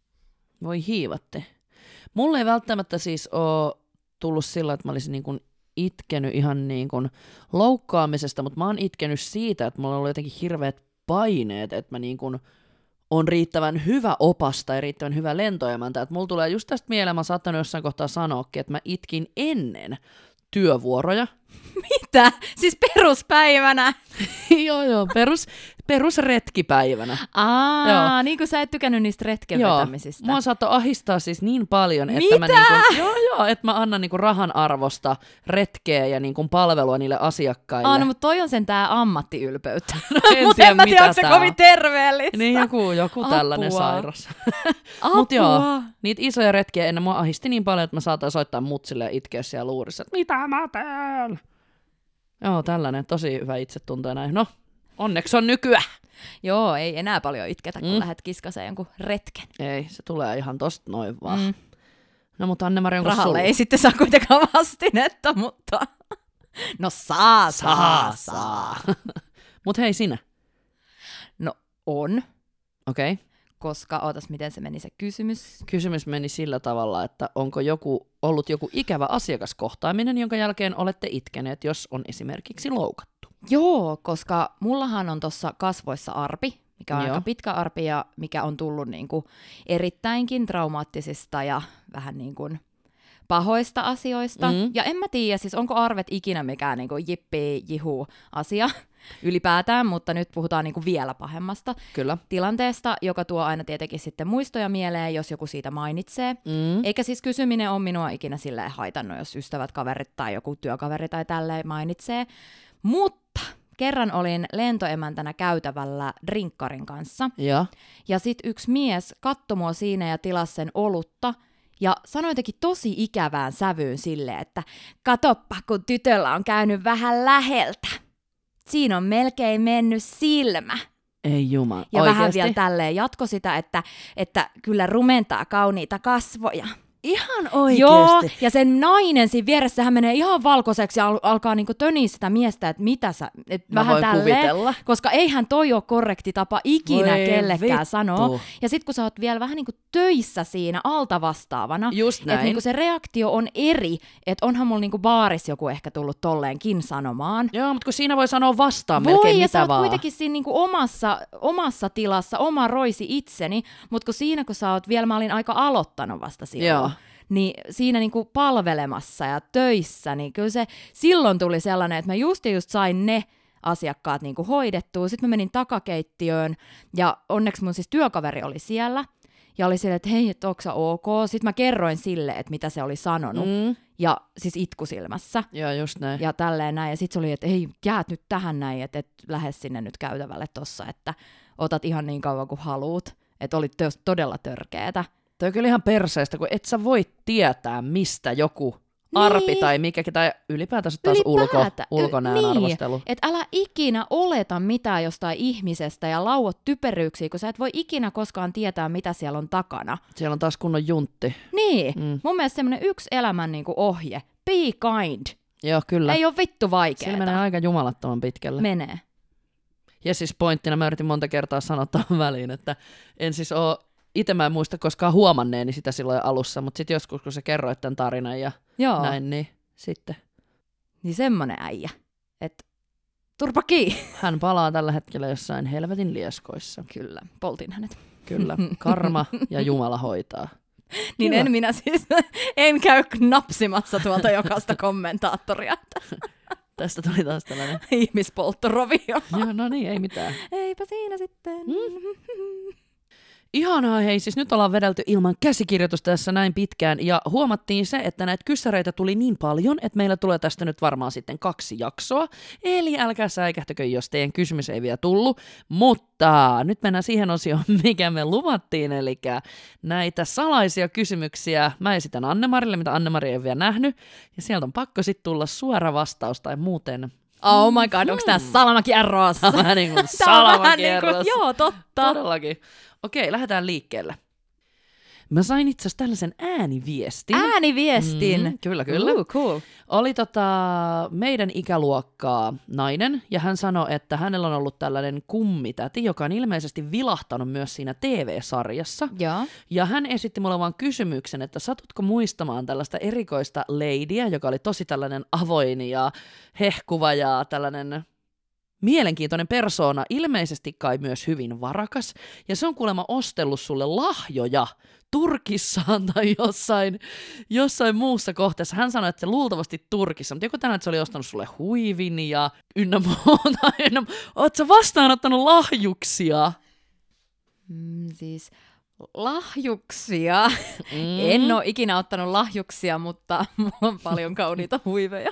Voi hiivatte. Mulle ei välttämättä siis ole tullut sillä, että mä olisin niin kuin itkenyt ihan niin kuin loukkaamisesta, mutta mä oon itkenyt siitä, että mulla on ollut jotenkin hirveät paineet, että mä niin kuin on riittävän hyvä opasta ja riittävän hyvä lentoemäntä. Että mulla tulee just tästä mieleen, mä oon saattanut jossain kohtaa sanoakin, että mä itkin ennen työvuoroja. Mitä? Siis peruspäivänä? joo, joo, perus, perusretkipäivänä. Aa, Joo. niin kuin sä et tykännyt niistä retken Joo, vetämisistä. mua saattoi ahistaa siis niin paljon, että Mitä? mä, niinku, joo, joo, että mä annan niinku rahan arvosta retkeä ja niinku palvelua niille asiakkaille. Aa, no, mutta toi on sen tää ammattiylpeyttä. No, en Mutta tiedä, en mä tiedä, mitä onko se tää kovin on. terveellistä. Niin joku, joku tällainen Apua. sairas. Apua. Mut joo, niitä isoja retkiä ennen mua ahisti niin paljon, että mä saatan soittaa mutsille ja itkeä siellä luurissa, että mitä mä teen? Joo, tällainen, tosi hyvä itsetunto näin. No, onneksi on nykyään. Joo, ei enää paljon itketä, kun Mm. lähdet kiskaseen jonkun retken. Ei, se tulee ihan tosta noin vaan. Mm. No mutta Anne-Mari, onko Rahalle sulla? ei sitten saa kuitenkaan vastinetta, mutta... No saa, saa, Saa, saa. Mut hei sinä. No on, Okei. Okay. koska ootas, miten se meni se kysymys. Kysymys meni sillä tavalla, että onko joku, ollut joku ikävä asiakaskohtaaminen, jonka jälkeen olette itkeneet, jos on esimerkiksi loukattu. Joo, koska mullahan on tuossa kasvoissa arpi, mikä on Joo. aika pitkä arpi ja mikä on tullut niinku erittäinkin traumaattisista ja vähän niin kuin pahoista asioista. Mm. Ja en mä tiedä, siis onko arvet ikinä mikään niinku jippi jihu asia ylipäätään, mutta nyt puhutaan niinku vielä pahemmasta Kyllä. tilanteesta, joka tuo aina tietenkin sitten muistoja mieleen, jos joku siitä mainitsee. Mm. Eikä siis kysyminen ole minua ikinä silleen haitannut, jos ystävät, kaverit tai joku työkaveri tai tälleen mainitsee. Mutta kerran olin lentoemäntänä käytävällä drinkkarin kanssa, Ja. ja sit yksi mies katsoi mua siinä ja tilasi sen olutta, Ja sanoi jotenkin tosi ikävään sävyyn silleen, että katoppa, kun tytöllä on käynyt vähän läheltä. Siinä on melkein mennyt silmä. Ei jumala, Ja oikeesti? vähän vielä tälleen jatko sitä, että, että kyllä rumentaa kauniita kasvoja. Ihan oikeesti? Joo, ja sen nainen siinä vieressä, hän menee ihan valkoiseksi ja al- alkaa niinku töniä sitä miestä, että mitä sä, et Mä vähän voin tälleen, kuvitella. koska eihän toi ole korrekti tapa ikinä Voi kellekään vittu. sanoa. Ja sit kun sä oot vielä vähän niinku töissä siinä alta vastaavana, Just näin. että niinku se reaktio on eri, että onhan mulla niinku baarissa joku ehkä tullut tolleenkin sanomaan. Joo, mutta kun siinä voi sanoa vastaan Voi, melkein ja sä mitä oot vaan. kuitenkin siinä niinku omassa, omassa tilassa, oma roisi itseni, mutta kun siinä kun sä oot vielä, mä olin aika aloittanut vasta silloin. Joo. Niin siinä niinku palvelemassa ja töissä, niin kyllä se silloin tuli sellainen, että mä just ja just sain ne asiakkaat niinku hoidettua. Sitten mä menin takakeittiöön ja onneksi mun siis työkaveri oli siellä ja oli silleen, että hei, et onko sä ok? Sitten mä kerroin sille, että mitä se oli sanonut Mm. ja siis itkusilmässä Joo, just näin. ja tälleen näin. Ja sitten se oli, että ei, jäät nyt tähän näin, että et lähde sinne nyt käytävälle tossa, että otat ihan niin kauan kuin haluut. Että oli tö- todella törkeetä. Toi on kyllä ihan perseestä, kun et sä voi tietää, mistä joku arpi Niin. tai mikäkin, tai ylipäätänsä taas ulko, Ylipäätä. ulkonäön niin. arvostelu. Et älä ikinä oleta mitään jostain ihmisestä ja lauot typeryyksiä, kun sä et voi ikinä koskaan tietää, mitä siellä on takana. Siellä on taas kunnon juntti. Niin, Mm. mm. mun mielestä semmoinen yksi elämän niinku ohje. Be kind. Joo, kyllä. Ei ole vittu vaikeeta. Sillä menee aika jumalattoman pitkälle. Menee. Ja siis pointtina mä yritin monta kertaa sanoa tuohon väliin, että en siis oo, itse mä en muista koskaan huomanneeni sitä silloin alussa, mutta sitten joskus kun sä kerroit tämän tarinan ja Joo, näin, niin sitten niin semmonen äijä. Et turpa kiinni. hän palaa tällä hetkellä jossain helvetin lieskoissa. Kyllä, poltin hänet. Kyllä, karma ja Jumala hoitaa. Niin Kiva. en minä siis, en käy napsimassa tuolta jokaista kommentaattoria. Tästä tuli taas tällainen. Ihmispolttorovio. Joo, no niin, ei mitään. Eipä siinä sitten. Ihanaa, hei, siis nyt ollaan vedelty ilman käsikirjoitusta tässä näin pitkään, ja huomattiin se, että näitä kyssäreitä tuli niin paljon, että meillä tulee tästä nyt varmaan sitten kaksi jaksoa, eli älkää säikähtäkö, jos teidän kysymys ei vielä tullut, mutta nyt mennään siihen osioon, mikä me luvattiin, eli näitä salaisia kysymyksiä mä esitän Anne-Marille, mitä Anne-Mari ei vielä nähnyt, ja sieltä on pakko sitten tulla suora vastaus tai muuten. Oh my god, onko tää salamakierros? Tämä on vähän niin kuin Tää on vähän salamakierros. niinku, joo, totta. Todellakin. Okei, lähdetään liikkeelle. Mä sain itse asiassa tällaisen ääniviestin. Ääniviestin. Mm, kyllä, kyllä. Ooh, cool. Oli tota, meidän ikäluokkaa nainen, ja hän sanoi, että hänellä on ollut tällainen kummitäti, joka on ilmeisesti vilahtanut myös siinä T V-sarjassa. Joo. Ja hän esitti mulle vaan kysymyksen, että satutko muistamaan tällaista erikoista ladyä, joka oli tosi tällainen avoin ja hehkuva ja tällainen mielenkiintoinen persoona, ilmeisesti kai myös hyvin varakas, ja se on kuulemma ostellut sulle lahjoja Turkissaan tai jossain, jossain muussa kohteessa. Hän sanoi, että se luultavasti Turkissa, mutta joku tänään, että se oli ostanut sulle huivin ja ynnä muuta. Ynnä... Ootko sä vastaanottanut lahjuksia? Mm, siis lahjuksia. Mm. En ole ikinä ottanut lahjuksia, mutta mulla on paljon kauniita huiveja.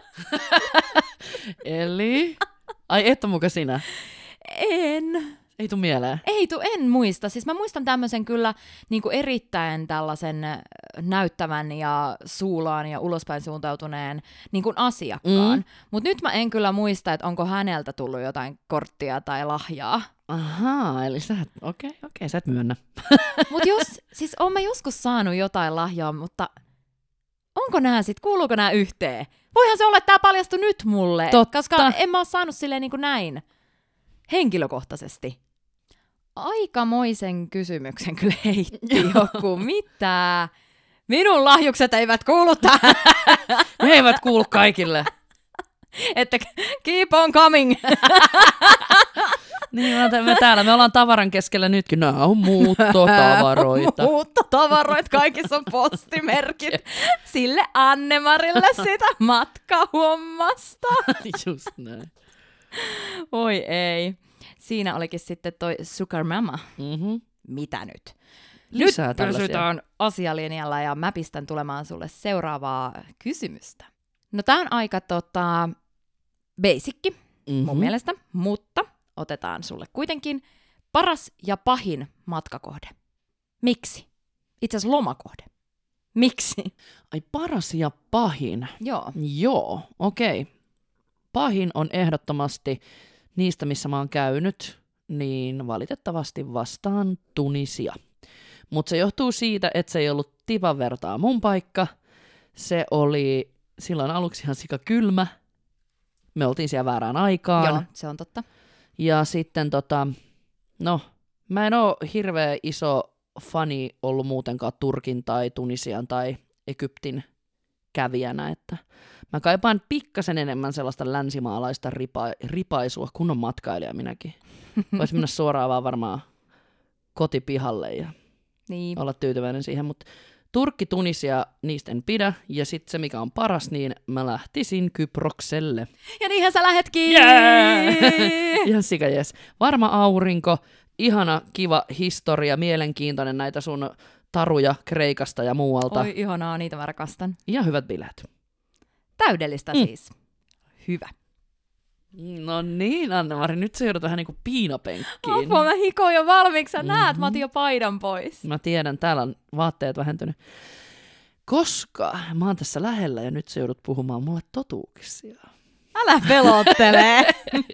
Eli? Ai et ole muka sinä? En. Ei tuu mieleen. Ei tu, en muista. Siis mä muistan tämmöisen kyllä niin kuin erittäin tällaisen näyttävän ja suulaan ja ulospäin suuntautuneen niin kuin asiakkaan. Mm. Mutta nyt mä en kyllä muista, että onko häneltä tullut jotain korttia tai lahjaa. Ahaa, eli sä et, okei, okay, okei, okay, sä et myönnä. Mutta jos, siis oon mä joskus saanut jotain lahjaa, mutta onko nämä sit, kuuluuko nämä yhteen? Voihan se olla, että tää paljastui nyt mulle, Totta. koska en mä oo saanut silleen niin kuin näin henkilökohtaisesti. Aikamoisen kysymyksen kyllä heitti joku. Mitä? Minun lahjukset eivät kuulu tähän. Ne eivät kuulu kaikille. Että keep on coming. Niin, me täällä, me ollaan tavaran keskellä nytkin. Nämä on muuttotavaroita. Muuttotavaroita, kaikissa on postimerkit. Sille Anne-Marille sitä matkahommasta. Just näin. Oi ei. Siinä olikin sitten toi Sugar Mama. Mm-hmm. Mitä nyt? Lisää nyt tällaisia. pysytään asialinjalla ja mä pistän tulemaan sulle seuraavaa kysymystä. No tää on aika tota, basicki Mm-hmm. mun mielestä, mutta otetaan sulle kuitenkin paras ja pahin matkakohde. Miksi? Itse asiassa lomakohde. Miksi? Ai paras ja pahin. Joo. Joo, okei. Okay. Pahin on ehdottomasti niistä, missä mä oon käynyt, niin valitettavasti vastaan Tunisia. Mutta se johtuu siitä, että se ei ollut tipan vertaa mun paikka. Se oli silloin aluksi ihan sika kylmä. Me oltiin siellä väärään aikaan. Joo, se on totta. Ja sitten tota, no, mä en oo hirveä iso fani ollut muutenkaan Turkin tai Tunisian tai Egyptin kävijänä, että mä kaipaan pikkasen enemmän sellaista länsimaalaista ripa- ripaisua, kun on matkailija minäkin. Vois mennä suoraan vaan varmaan kotipihalle ja Niin. olla tyytyväinen siihen, mutta Turkki, Tunisia, niistä en pidä, ja sitten se mikä on paras, niin mä lähtisin Kyprokselle. Ja niinhän sä lähetkin! Yeah! Ihan sika jes. Varma aurinko, ihana, kiva historia, mielenkiintoinen näitä sun taruja Kreikasta ja muualta. Oi ihanaa, niitä mä rakastan. Ihan hyvät bileet. Täydellistä mm. siis. Hyvä. No niin, Anne-Mari, nyt se joudut vähän niin kuin piinapenkkiin. Apua, mä hikoon jo valmiiksi, sä Mhm. näet, mä otin jo paidan pois. Mä tiedän, täällä on vaatteet vähentynyt. Koska mä oon tässä lähellä ja nyt sä joudut puhumaan mulle totuuksia. Älä pelottele.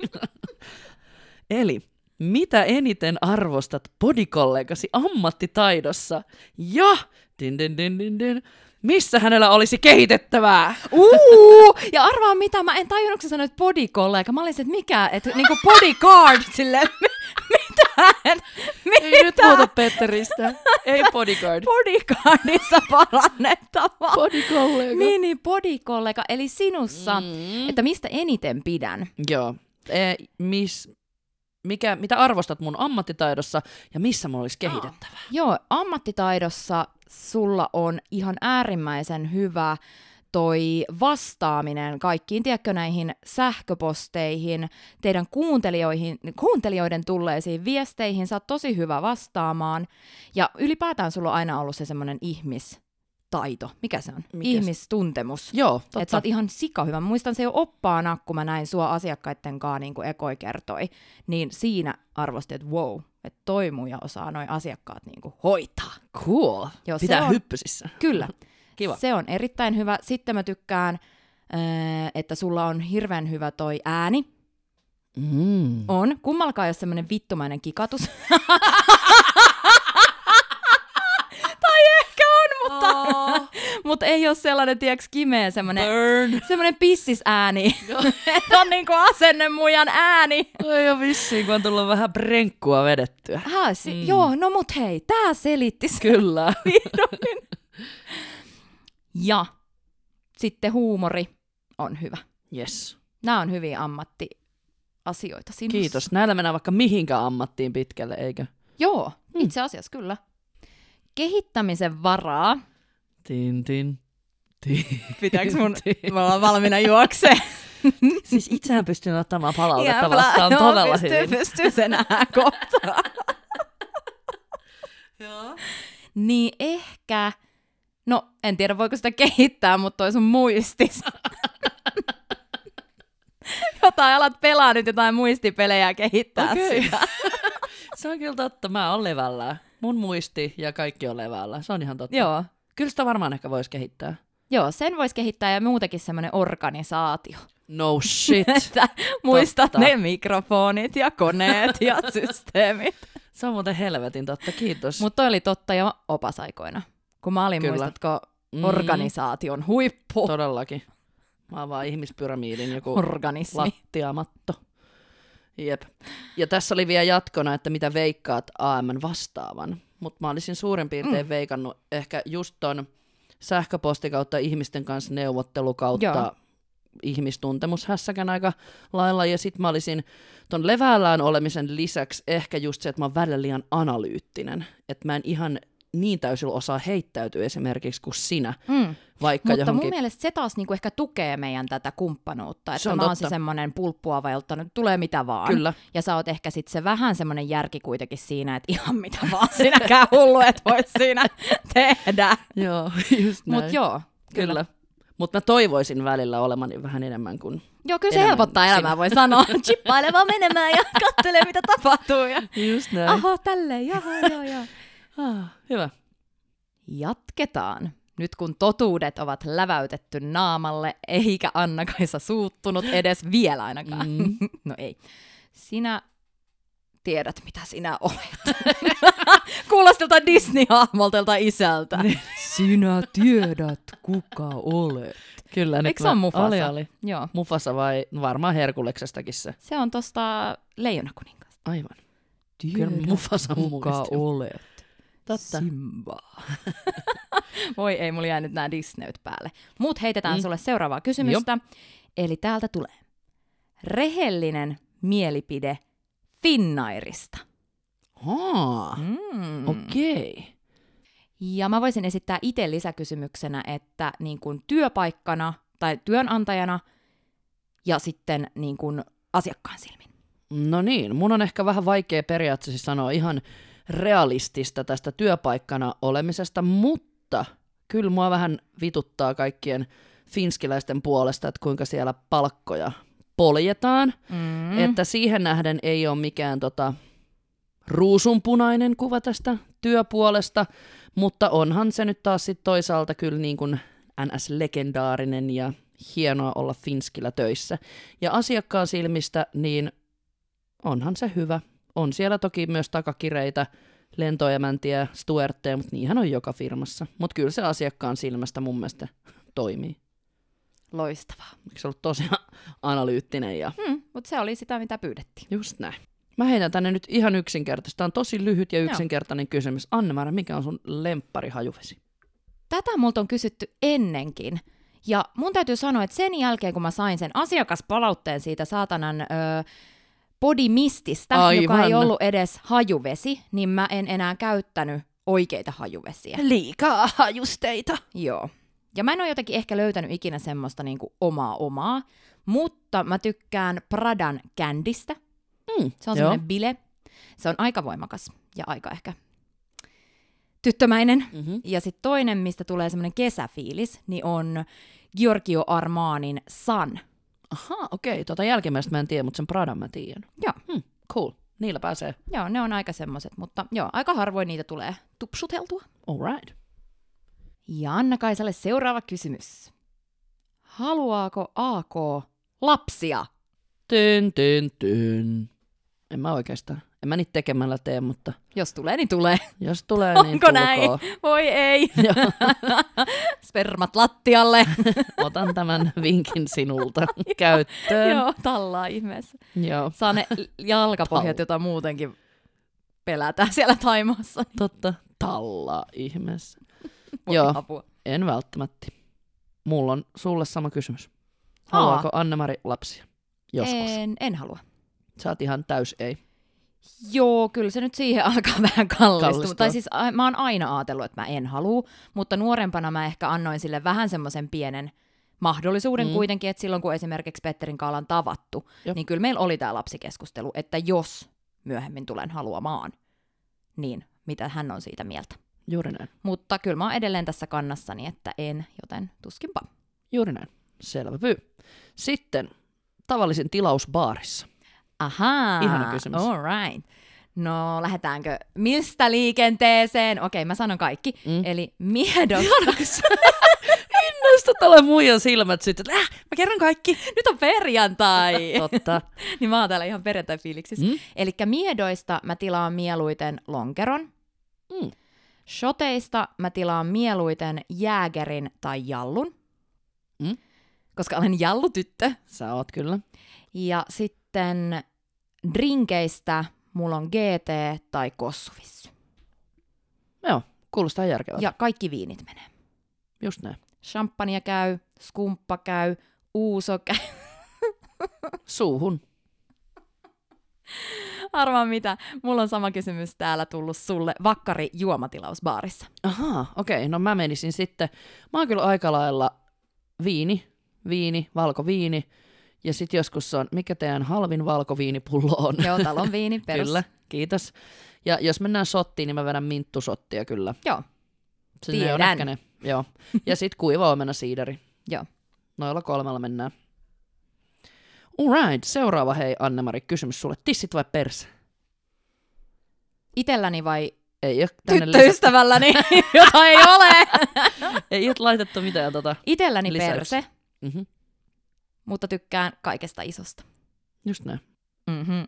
Eli, mitä eniten arvostat podikollegasi ammattitaidossa ja din, din, din, din, din, missä hänellä olisi kehitettävää? Uuu, ja arvaa mitä, mä en tajunnut, kun sä sanoit bodykollega. Mä olin se, että mikä, että niinku bodyguard silleen, mitä, et, mitä? Ei nyt puhuta Petteristä, ei bodyguard. Bodyguardissa parannettavaa. Podikollega. Niin, niin, bodykollega, eli sinussa, Mm. että mistä eniten pidän. Joo. E, mis, mikä, mitä arvostat mun ammattitaidossa ja missä mulla olisi kehitettävää? Joo, ammattitaidossa sulla on ihan äärimmäisen hyvä toi vastaaminen kaikkiin, tiedätkö, näihin sähköposteihin, teidän kuuntelijoihin, kuuntelijoiden tulleisiin viesteihin, sä oot tosi hyvä vastaamaan, ja ylipäätään sulla on aina ollut se semmoinen ihmistaito, mikä se on? Mikä se? Ihmistuntemus. Joo, totta. Että sä oot ihan sika hyvä. Mä muistan se jo oppaana, kun mä näin sua asiakkaiden kanssa, niin kuin Ekoi kertoi, niin siinä arvostin, että wow, että toi muija osaa noi asiakkaat niin kuin hoitaa. Cool. Joo, se Pitää on- hyppysissä. Kyllä. Kiva. Se on erittäin hyvä. Sitten mä tykkään, äh, että sulla on hirveän hyvä toi ääni. Mm. On. Kummallakaan ei ole semmoinen vittumainen kikatus. tai ehkä on, mutta, Oh, mutta ei ole sellainen, tiedätkö, kimeä semmoinen, burn. semmoinen pissisääni. Että on niinku asennemujan ääni. Ei ole vissiin, kun on tullut vähän brenkkua vedettyä. Ha, si- Mm. Joo, no mut hei, tää selitti sen Kyllä. vihdoin. Ja sitten huumori on hyvä. Yes. Nämä on hyviä ammattiasioita sinussa. Kiitos. Näillä mennään vaikka mihinkään ammattiin pitkälle, eikö? Joo, itse asiassa kyllä. Kehittämisen varaa. Tin, tin, tin, Pitääkö mun, tin. me ollaan valmiina juokseen. Siis itsehän pystyn ottamaan palautetta vastaan Joo, todella pystyy, hyvin. Pystyy sen nähdä kohtaan. Joo. Niin ehkä, no en tiedä voiko sitä kehittää, mutta toi sun muistis. Jotain alat pelaa nyt jotain muistipelejä ja kehittää Okei. sitä. Se on kyllä totta. Mä oon levällä. Mun muisti ja kaikki on levällä. Se on ihan totta. Joo. Kyllä sitä varmaan ehkä voisi kehittää. Joo, sen voisi kehittää ja muutenkin semmoinen organisaatio. No shit. Että muistat Totta. ne mikrofonit ja koneet ja systeemit. Se on muuten helvetin totta. Kiitos. Mutta toi oli totta jo opasaikoina. Kun mä olin, Kyllä. muistatko, Mm. organisaation huippu. Todellakin. Mä oon vaan ihmispyramiidin joku Organismi. lattiamatto. Jep. Ja tässä oli vielä jatkona, että mitä veikkaat A M:n vastaavan. Mutta mä olisin suurin piirtein mm. veikannut ehkä just ton sähköposti kautta ihmisten kanssa neuvottelu kautta Joo. ihmistuntemushässäkän aika lailla. Ja sit mä olisin ton levällään olemisen lisäksi ehkä just se, että mä oon välillä liian analyyttinen. Että mä en ihan niin täysin osaa heittäytyä esimerkiksi kuin sinä. Mm. Vaikka Mutta johonkin... mun mielestä se taas niinku ehkä tukee meidän tätä kumppanuutta. Että on mä oon se totta. semmoinen pulppuava, jolta nyt tulee mitä vaan. Kyllä. Ja sä oot ehkä sit se vähän semmoinen järki kuitenkin siinä, että ihan mitä vaan sinäkään hullu, et vois siinä tehdä. Joo, just näin. Mut joo, kyllä. Kyllä. Mutta mä toivoisin välillä olemani vähän enemmän kuin... Joo, kyllä se Enemmän helpottaa sinä. elämää, voi sanoa. Chippaile vaan menemään ja kattelee, mitä tapahtuu. Ja... Just näin. Aho, tälleen, jaha, joo, joo. Ah, hyvä. Jatketaan. nyt kun totuudet ovat läväytetty naamalle, eikä Anna-Kaisa suuttunut edes vielä ainakaan. Mm. No ei. Sinä tiedät, mitä sinä olet. Kuulosti joltain Disney-hahmolta joltain isältä. Sinä tiedät, kuka olet. Kyllä, nyt Eikö se ole Mufasa? Oli, oli. Joo. Mufasa vai varmaan Herkuleksestakin se. Se on tosta Leijonakuninkaasta. Aivan. Tiedät, Kyllä Mufasa kuka muisti. olet. Totta. Simba. Voi ei, mulla jää nyt nämä Disneyt päälle. Mut heitetään Mm. sulle seuraavaa kysymystä. Eli täältä tulee. Rehellinen mielipide Finnairista. Haa, Mm. okei. Okay. Ja mä voisin esittää itse lisäkysymyksenä, että niin kuin työpaikkana tai työnantajana ja sitten niin kuin asiakkaan silmin. No niin, mun on ehkä vähän vaikea periaatteessa sanoa ihan realistista tästä työpaikkana olemisesta, mutta kyllä mua vähän vituttaa kaikkien finskiläisten puolesta, että kuinka siellä palkkoja poljetaan, Mm. että siihen nähden ei ole mikään tota, ruusunpunainen kuva tästä työpuolesta, mutta onhan se nyt taas sit toisaalta kyllä niin kuin N S-legendaarinen ja hienoa olla finskillä töissä. Ja asiakkaan silmistä, niin onhan se hyvä. On siellä toki myös takakireitä, lentoemäntiä, stuertteja, mutta niinhän on joka firmassa. Mutta kyllä se asiakkaan silmästä mun mielestä toimii. Loistavaa. Eikö se ollut tosi analyyttinen ja Hmm, mutta se oli sitä, mitä pyydettiin. just näin. Mä heitän tänne nyt ihan yksinkertaisesti. Tämä on tosi lyhyt ja yksinkertainen Joo. kysymys. Anne-Mari, mikä on sun lemppari hajuvesi? Tätä multa on kysytty ennenkin. Ja mun täytyy sanoa, että sen jälkeen, kun mä sain sen asiakaspalautteen siitä saatanan ö, body mististä, Aivan. joka ei ollut edes hajuvesi, niin mä en enää käyttänyt oikeita hajuvesiä. Liikaa hajusteita. Joo. Ja mä en ole jotenkin ehkä löytänyt ikinä semmoista niinku omaa omaa, mutta mä tykkään Pradan Candystä. Mm, Se on joo. semmoinen bile. Se on aika voimakas ja aika ehkä tyttömäinen. Mm-hmm. Ja sitten toinen, mistä tulee semmoinen kesäfiilis, niin on Giorgio Armanin Sun. Ahaa, okei. Okay. Tota jälkimmäistä mä en tiedä, mutta sen Pradan mä tiedän. Joo. Hmm, cool. Niillä pääsee. Joo, ne on aika semmoiset, mutta joo, aika harvoin niitä tulee tupsuteltua. All right. Ja Anna-Kaisalle seuraava kysymys. Haluaako A K lapsia? Tyn, tyn, tyn. En mä oikeastaan. En mä niitä tekemällä tee, mutta Jos tulee, niin tulee. jos tulee, niin Onko tulkoon. näin? Voi ei. Joo. Spermat lattialle. Otan tämän vinkin sinulta käyttöön. Joo, tallaa ihmeessä. Joo. Saa ne jalkapohjat, Tall. jota muutenkin pelätään siellä Taimaassa. Totta. Tallaa ihmeessä. Voi Joo. apua. En välttämättä. Mulla on sulle sama kysymys. Haluaako Anne-Mari lapsia? Joskus. En, en halua. Sä oot ihan täys ei. Joo, kyllä se nyt siihen alkaa vähän kallistua. Kallistua. Tai siis a- mä oon aina ajatellut, että mä en halua, mutta nuorempana mä ehkä annoin sille vähän semmoisen pienen mahdollisuuden Mm. mm. kuitenkin, että silloin kun esimerkiksi Petterin kanssa ollaan tavattu, Jop. niin kyllä meillä oli tämä lapsikeskustelu, että jos myöhemmin tulen haluamaan, niin mitä hän on siitä mieltä. Juuri näin. Mutta kyllä mä oon edelleen tässä kannassani, että en, joten tuskinpa. Juuri näin. Selvä pyy. Sitten tavallisin tilaus baarissa. Ahaa, Ihana kysymys. all right. No, lähdetäänkö mistä liikenteeseen? Okei, mä sanon kaikki. Mm. Eli miedosta. Innosta tällä muijan silmät sitten, että äh, mä kerron kaikki. Nyt on perjantai. Totta. Niin mä oon täällä ihan perjantai-fiiliksissä. Mm. Elikkä miedoista mä tilaan mieluiten lonkeron. Mm. Shoteista mä tilaan mieluiten jäägerin tai jallun. Mm. Koska olen jallutyttö. Sä oot kyllä. Ja sitten drinkeistä mulla on G T tai kossuvissy. Joo, kuulostaa järkevältä. Ja kaikki viinit menee. Just näin. Champagnea käy, skumppa käy, uuso käy. Suuhun. Arvaa mitä. Mulla on sama kysymys täällä tullut sulle. Vakkari juomatilaus baarissa. Ahaa, okei. Okay. No mä menisin sitten. Mä oon kyllä aika lailla viini, viini, valkoviini. Ja sitten joskus on, mikä teidän halvin valkoviinipullo on? Joo, talon viini, perus. Kyllä, kiitos. Ja jos mennään shottiin, niin mä vedän minttusottia kyllä. Joo, Se on tiedän. ehkä ne. Joo. Ja sitten kuiva omena siideri. joo. Noilla kolmella mennään. Alright, seuraava hei Anne-Mari, kysymys sulle. Tissit vai perse? Itelläni vai Ei ole tänne tyttöystävälläni, jota ei ole. Ei ole laitettu mitään tota Itelläni lisäyksiä. perse, Mm-hmm. mutta tykkään kaikesta isosta. Just näin. Mm-hmm.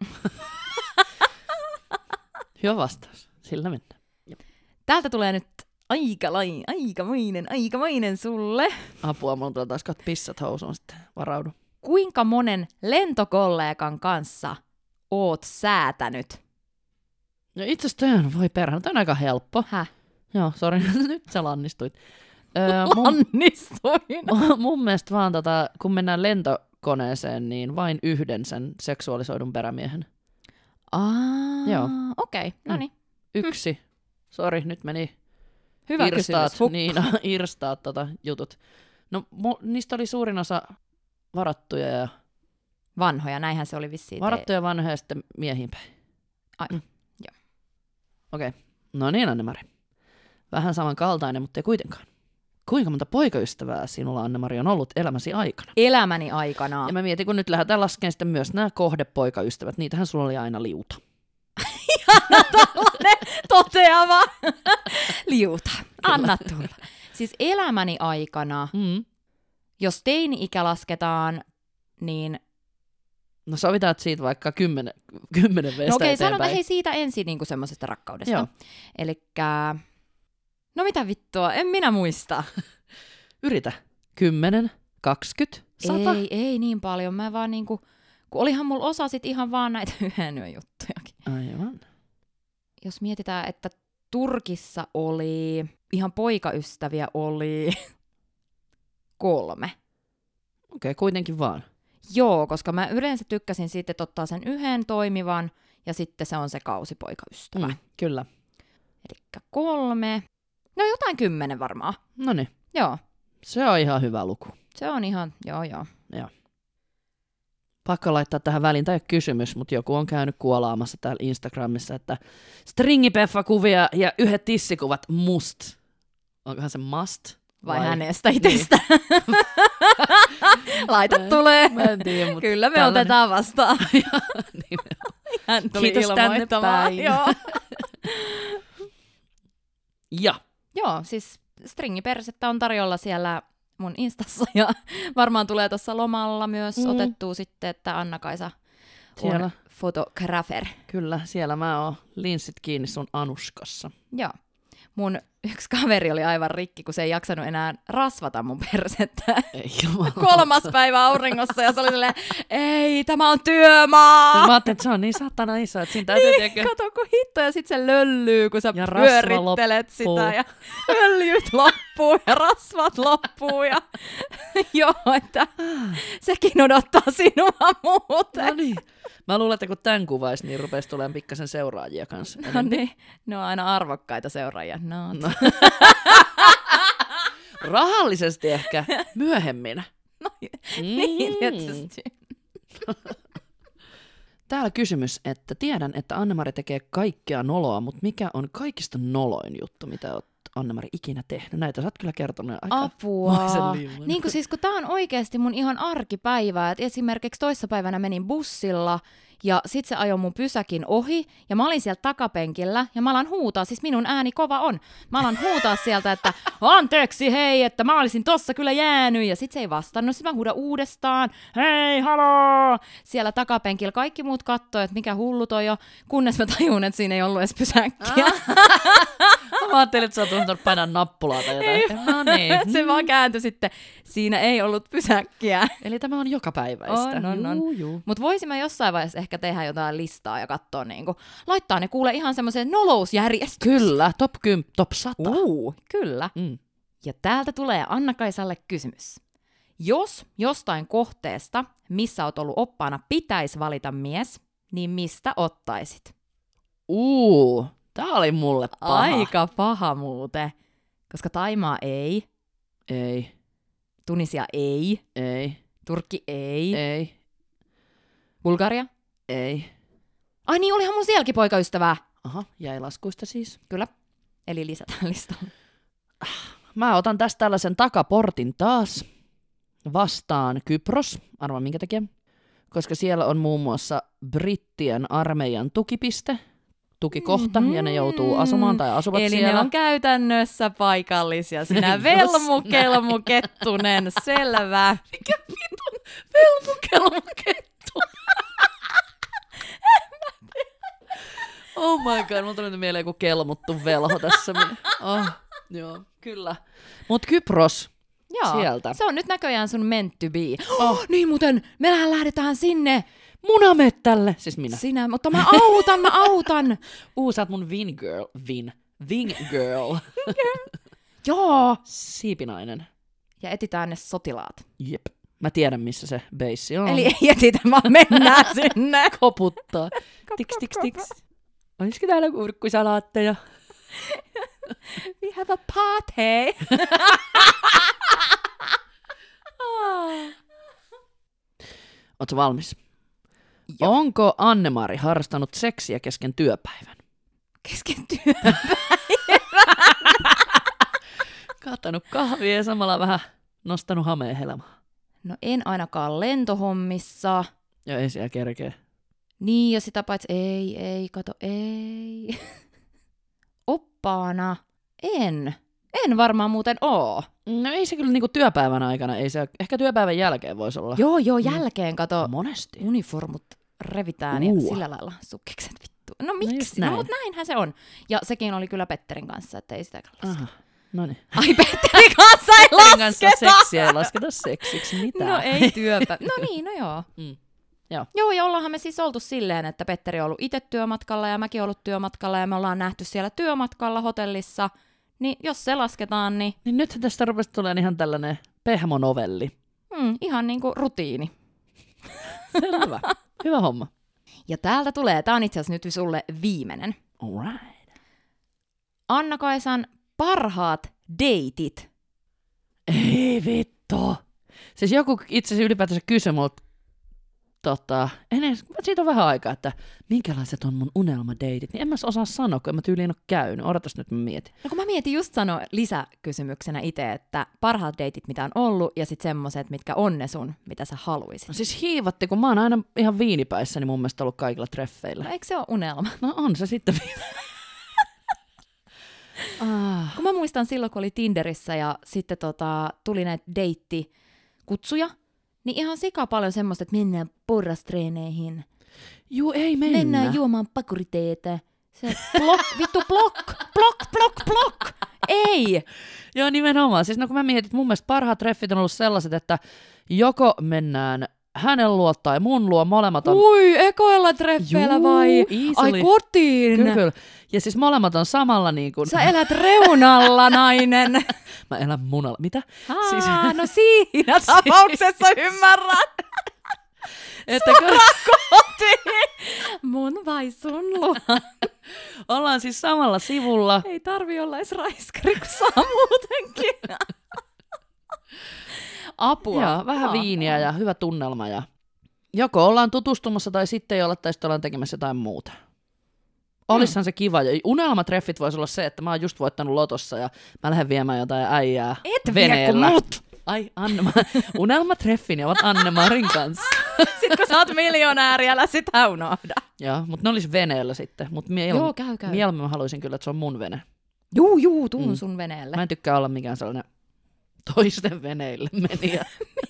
Hyvä vastaus. Sillä mennään. Täältä tulee nyt aikalain, aikamoinen, aikamoinen sulle. Apua, mulla tulee taas kat pissat housuun sitten. Varaudu. Kuinka monen lentokollegan kanssa oot säätänyt? No itse asiassa toihan voi perhana. Tämä on aika helppo. Häh? Joo, sori. Nyt sä lannistuit. Öö, mun, Lannistuin. mun mielestä vaan, tota, kun mennään lentokoneeseen, niin vain yhden sen seksuaalisoidun perämiehen. Aa, Joo. okei, okay, no niin. Yksi. Sori, nyt meni Hyvä irstaat, kysymys. niin, irstaat tota, jutut. No mu, niistä oli suurin osa varattuja ja Vanhoja, näinhän se oli vissiin. varattuja vanhoja ja sitten miehiin päin. Ai, Mm. joo. Okei. Okay. No niin, Anne-Mari. Vähän samankaltainen, mutta ei kuitenkaan. Kuinka monta poikaystävää sinulla, Anne-Mari, on ollut elämäsi aikana? Elämäni aikana. Ja mä mietin, kun nyt lähdetään laskemaan sitten myös nämä kohdepoikaystävät. Niitähän sulla oli aina liuta. Ihana tällainen toteava. Liuta. Anna tulla. Siis elämäni aikana, Mm. jos teini-ikä lasketaan, niin... No sovitaan, että siitä vaikka kymmenen, kymmenen veistä No okei, okay, eteenpäin. sanotaan hei siitä ensin niin semmoisesta rakkaudesta. Joo. Elikkä... No mitä vittua, en minä muista. Yritä. Kymmenen, kaksikymmentä, sata. Ei, ei niin paljon. Mä vaan niinku... Kun olihan mulla osa sit ihan vaan näitä yhden yön juttujakin. Aivan. Jos mietitään, että Turkissa oli, ihan poikaystäviä oli kolme. Okei, okay, kuitenkin vaan. Joo, koska mä yleensä tykkäsin siitä, että ottaa sen yhden toimivan ja sitten se on se kausipoikaystävä. Mm, kyllä. Elikkä kolme. No jotain kymmenen varmaan. No niin, Joo, se on ihan hyvä luku. se on ihan, joo joo. Joo. Pakko laittaa tähän väliin, tämä ei ole kysymys, mutta joku on käynyt kuolaamassa täällä Instagramissa, että stringipeffa-kuvia ja yhdet tissikuvat must. Onkohan se must? Vai, vai hänestä itsestä. Laita Mä- tulee. Mä en tiedä, mutta Kyllä me tällainen- otetaan vastaan. Nimenomaan. Hän tuli Kiitos tänne ilmoittamaan. päin. Joo. Ja, Joo, siis stringipersettä on tarjolla siellä mun instassa ja varmaan tulee tuossa lomalla myös Mm. mm. otettua sitten, että Anna-Kaisa Siellä. on fotografer. kyllä, siellä mä oon linssit kiinni sun anuskassa. Joo. Mun yksi kaveri oli aivan rikki, kun se ei jaksanut enää rasvata mun persettä. Ei jumala. Kolmas päivä auringossa ja se oli silleen, ei, tämä on työmaa. Mä ajattelin, että se on niin satana iso, että siinä täytyy tiedäkö... Kato, kun hitto, ja sit se löllyy, kun sä Ja rasva pyörittelet loppuu. sitä, ja öljyt loppuu, ja rasvat loppuu, ja joo, että sekin odottaa sinua muuten. No niin. Mä luulen, että kun tämän kuvaisi, niin rupesi tulemaan pikkasen seuraajia kanssa. No niin, ne on aina arvokkaita seuraajia. No. No. Rahallisesti ehkä myöhemmin. No, niin tietysti. Täällä kysymys, että tiedän, että Anne-Mari tekee kaikkea noloa, mutta mikä on kaikista noloin juttu, mitä olet Anne-Mari ikinä tehnyt? Näitä sä oot kyllä kertonut aika Apua. maisen liivan. Niin kuin siis, kun tää on oikeasti mun ihan arkipäivää, että esimerkiksi toissapäivänä menin bussilla ja sit se ajoi mun pysäkin ohi ja mä olin siellä takapenkillä ja mä alan huutaa, siis minun ääni kova on. Mä alan huutaa sieltä, että anteeksi hei, että mä olisin tossa kyllä jäänyt ja sit se ei vastannut, sit mä huudan uudestaan, hei haloo! Siellä takapenkillä kaikki muut kattoo, että mikä hullu toi jo, kunnes mä tajun, että siinä ei ollut edes pysäkkiä. Mä ajattelin, että sä oot uskaltanut painaa nappulaa tai jotain. No niin. Se vaan kääntyi sitten, siinä ei ollut pysäkkiä. Eli tämä on jokapäiväistä. On, on, on. Juu, juu. Mutta voisimme jossain vaiheessa ehkä tehdä jotain listaa ja katsoa, niinku, laittaa ne kuule ihan semmoiseen nolousjärjestykseen. Kyllä, top kymmenen, top sata. Uu, kyllä. Mm. Ja täältä tulee Anna-Kaisalle kysymys. Jos jostain kohteesta, missä oot ollut oppaana, pitäisi valita mies, niin mistä ottaisit? Uu, tää oli mulle paha. Aika paha muuten. Koska Taimaa ei, Ei, Tunisia ei, ei, Turkki ei, ei, Bulgaria? ei. Ai niin, olihan mun sielläkin poikaystävää. Aha, jäi laskuista siis. Kyllä. Eli lisätään listalle. Mä otan tästä tällaisen takaportin taas. Vastaan Kypros, arvaa minkä takia. Koska siellä on muun muassa brittien armeijan tukipiste. tukikohta, mm-hmm. ja ne joutuu asumaan tai asuvat Eli siellä. Eli ne on käytännössä paikallisia. Sinä Velmu Kelmu Kettunen, selvä. Mikä vitun Velmu Kelmu Kettunen? Oh my god, mulla tuli nyt mieleen joku kelmuttu velho tässä. Oh, joo, kyllä. Mut Kypros, joo, sieltä. Se on nyt näköjään sun meant to be. Oh, niin muuten, mehän lähdetään sinne. Munamettälle. Siis minä. Sinä, mutta mä autan, mä autan. Uu, sä oot mun Vin girl. Vin. Vin girl. Joo. Siipinainen. Ja etitään ne sotilaat. Jep. Mä tiedän, missä se beissi on. Eli ei etitä, vaan mennään sinne. Koputtaa. Tiks, tiks, tiks. Olisiko täällä kurkkusalaatteja? We have a party. Ootko valmis? Joo. Onko Anne-Mari harrastanut seksiä kesken työpäivän? Kesken työpäivän? Kaatanut kahvia ja samalla vähän nostanut hameen helmaa. No en ainakaan lentohommissa. Joo, ei siellä kerkeä. Niin, ja sitä paitsi ei, ei, kato, ei. Oppaana. En. En varmaan muuten oo. No ei se kyllä niinku työpäivän aikana, ei se, ehkä työpäivän jälkeen voisi olla. Joo, joo, jälkeen, kato. Monesti. Uniformut revitään Uh. ja sillä lailla sukkikset vittu. No miksi? No, no mut näinhän se on. Ja sekin oli kyllä Petterin kanssa, että ei sitäkään lasketa. No niin. Ai Petterin kanssa ei Petterin kanssa lasketa! seksiä ei lasketa seksiksi mitään. No ei työpä. No niin, no joo. Mm. Joo. Joo, ja ollaanhan me siis oltu silleen, että Petteri on ollut itse työmatkalla ja mäkin ollut työmatkalla ja me ollaan nähty siellä työmatkalla hotellissa. Niin jos se lasketaan, niin... Niin nythän tästä rupesi tulemaan ihan tällainen pehmonovelli. Mm, ihan niinku rutiini. Selvä. Hyvä homma. Ja täältä tulee, tää on itse asiassa nyt sulle viimeinen. Alright. Anna-Kaisan parhaat deitit. Ei vittu. Siis joku itse asiassa ylipäätänsä kysyi multa, tota, en edes, siitä on vähän aikaa, että minkälaiset on mun unelmadeitit, niin en mä osaa sanoa, kun en mä tyyliin ole käynyt. Odotas nyt, mä mietin. No kun mä mietin just sanoa lisäkysymyksenä itse, että parhaat deitit, mitä on ollut, ja sitten semmoiset, mitkä on ne sun, mitä sä haluisit. No siis hiivatti, kun mä oon aina ihan viinipäissä, niin mun mielestä ollut kaikilla treffeillä. No eikö se ole unelma? No on se sitten. ah. Kun mä muistan silloin, kun oli Tinderissä ja sitten tota, tuli näitä deittikutsuja, niin ihan sika paljon semmoista, että mennään porrastreeneihin. Juu, ei mennä. Mennään juomaan pakuriteetä. Se blok, vittu blok, blok, blok, blok. Ei. Joo, nimenomaan. Siis no kun mä mietin, mun mielestä parhaat treffit on ollut sellaiset, että joko mennään hänen luo tai mun luo, molemmat on... Ui, ekoilla treffeillä Juu, vai? easily. Ai kotiin. Kyllä, kyllä. Ja siis molemmat on samalla niin kuin... Sä elät reunalla, nainen. Mä elän munalla. Mitä? Aa, siis... no siinä tapauksessa ymmärrän. Että Suoraan kotiin. Mun vai sun luo? ollaan siis samalla sivulla. Ei tarvi olla edes raiskari, kun saa muutenkin. Apua. Joo, vähän Aa. viiniä ja hyvä tunnelma. Ja... Joko ollaan tutustumassa tai sitten ei olla, tai sitten ollaan tekemässä jotain muuta. Olishan se kiva. Ja unelmatreffit voisi olla se, että mä oon just voittanut lotossa ja mä lähden viemään jotain äijää Et veneellä. vie kun mut. Ai, Anne, unelmatreffini ovat Anne-Marin kanssa. Sitten kun sä oot miljonääri, älä sitä unohda. Joo, mutta ne olisi veneellä sitten. Mut miel... Joo, käy, käy. Mieluummin mä haluaisin kyllä, että se on mun vene. Juu, juu, tuun Mm. sun veneelle. Mä en tykkää olla mikään sellainen toisten veneille meniä.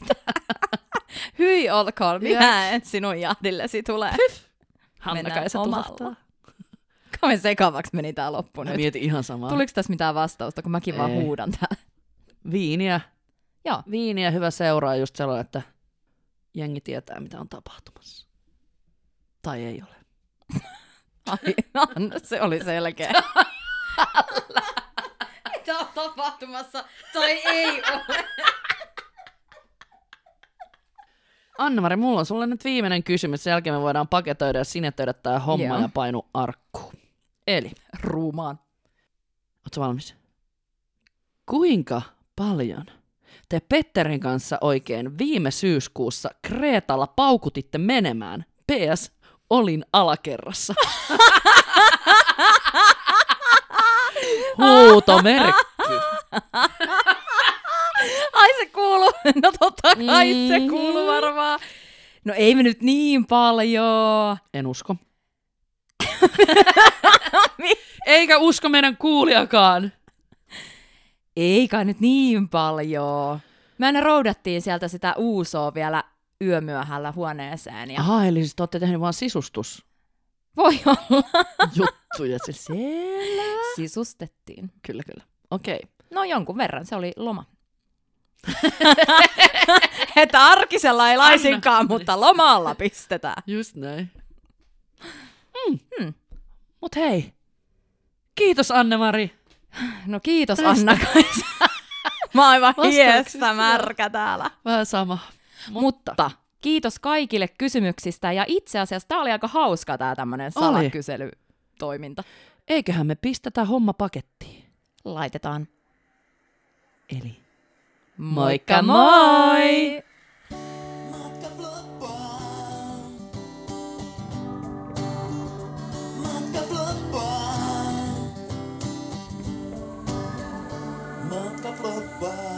Hyi olkoon, Joo. minä en sinun jahdillesi tule. Hanna-Kaisa omalla. tulahtaa. Kauan sekavaksi meni tää loppu Mä nyt. mietin ihan samaa. Tuliko tässä mitään vastausta, kun mäkin vaan Ei. huudan täällä? Viiniä. Joo. Viiniä hyvä seuraa just sellainen, että jengi tietää, mitä on tapahtumassa. Tai ei ole. Ai, Anna, se oli selkeä. Mitä on tapahtumassa? Tai ei ole. Anne-Mari, mulla on sulle nyt viimeinen kysymys. Sen jälkeen me voidaan paketoida ja sinetöidä tää homma Joo. ja painu arkkuun. Eli, Ruumaan. ootko valmis? Kuinka paljon te Petterin kanssa oikein viime syyskuussa Kreetalla paukutitte menemään? P S. Olin alakerrassa. Huutomerkki. Ai se kuuluu. No totta kai mm-hmm. se Mhm. kuuluu varmaan. No ei me nyt niin paljon. En usko. Eikä usko meidän kuulijakaan. Ei kai nyt niin paljon. Me aina roudattiin sieltä sitä uusoa vielä yömyöhällä huoneeseen. Ja... Aha, eli siis te olette tehneet vaan sisustus. Voi olla. Juttuja se siellä. Sisustettiin. Kyllä, kyllä. Okei. Okay. No jonkun verran, se oli loma. Että arkisella ei laisinkaan, Anna. Mutta lomalla pistetään. Just näin. Mm. Hmm. Mut hei, kiitos Anne-Mari. No kiitos tästä. Anna-Kaisa. Mä oon aivan hiestä märkä täällä. Vähän sama. Mutta, Mutta kiitos kaikille kysymyksistä ja itse asiassa tää oli aika hauska tää tämmönen salakyselytoiminta. Eiköhän me pistetä homma pakettiin. Laitetaan. Eli moikka moi! Matka floppaan. Matka floppaan. Matka floppaan.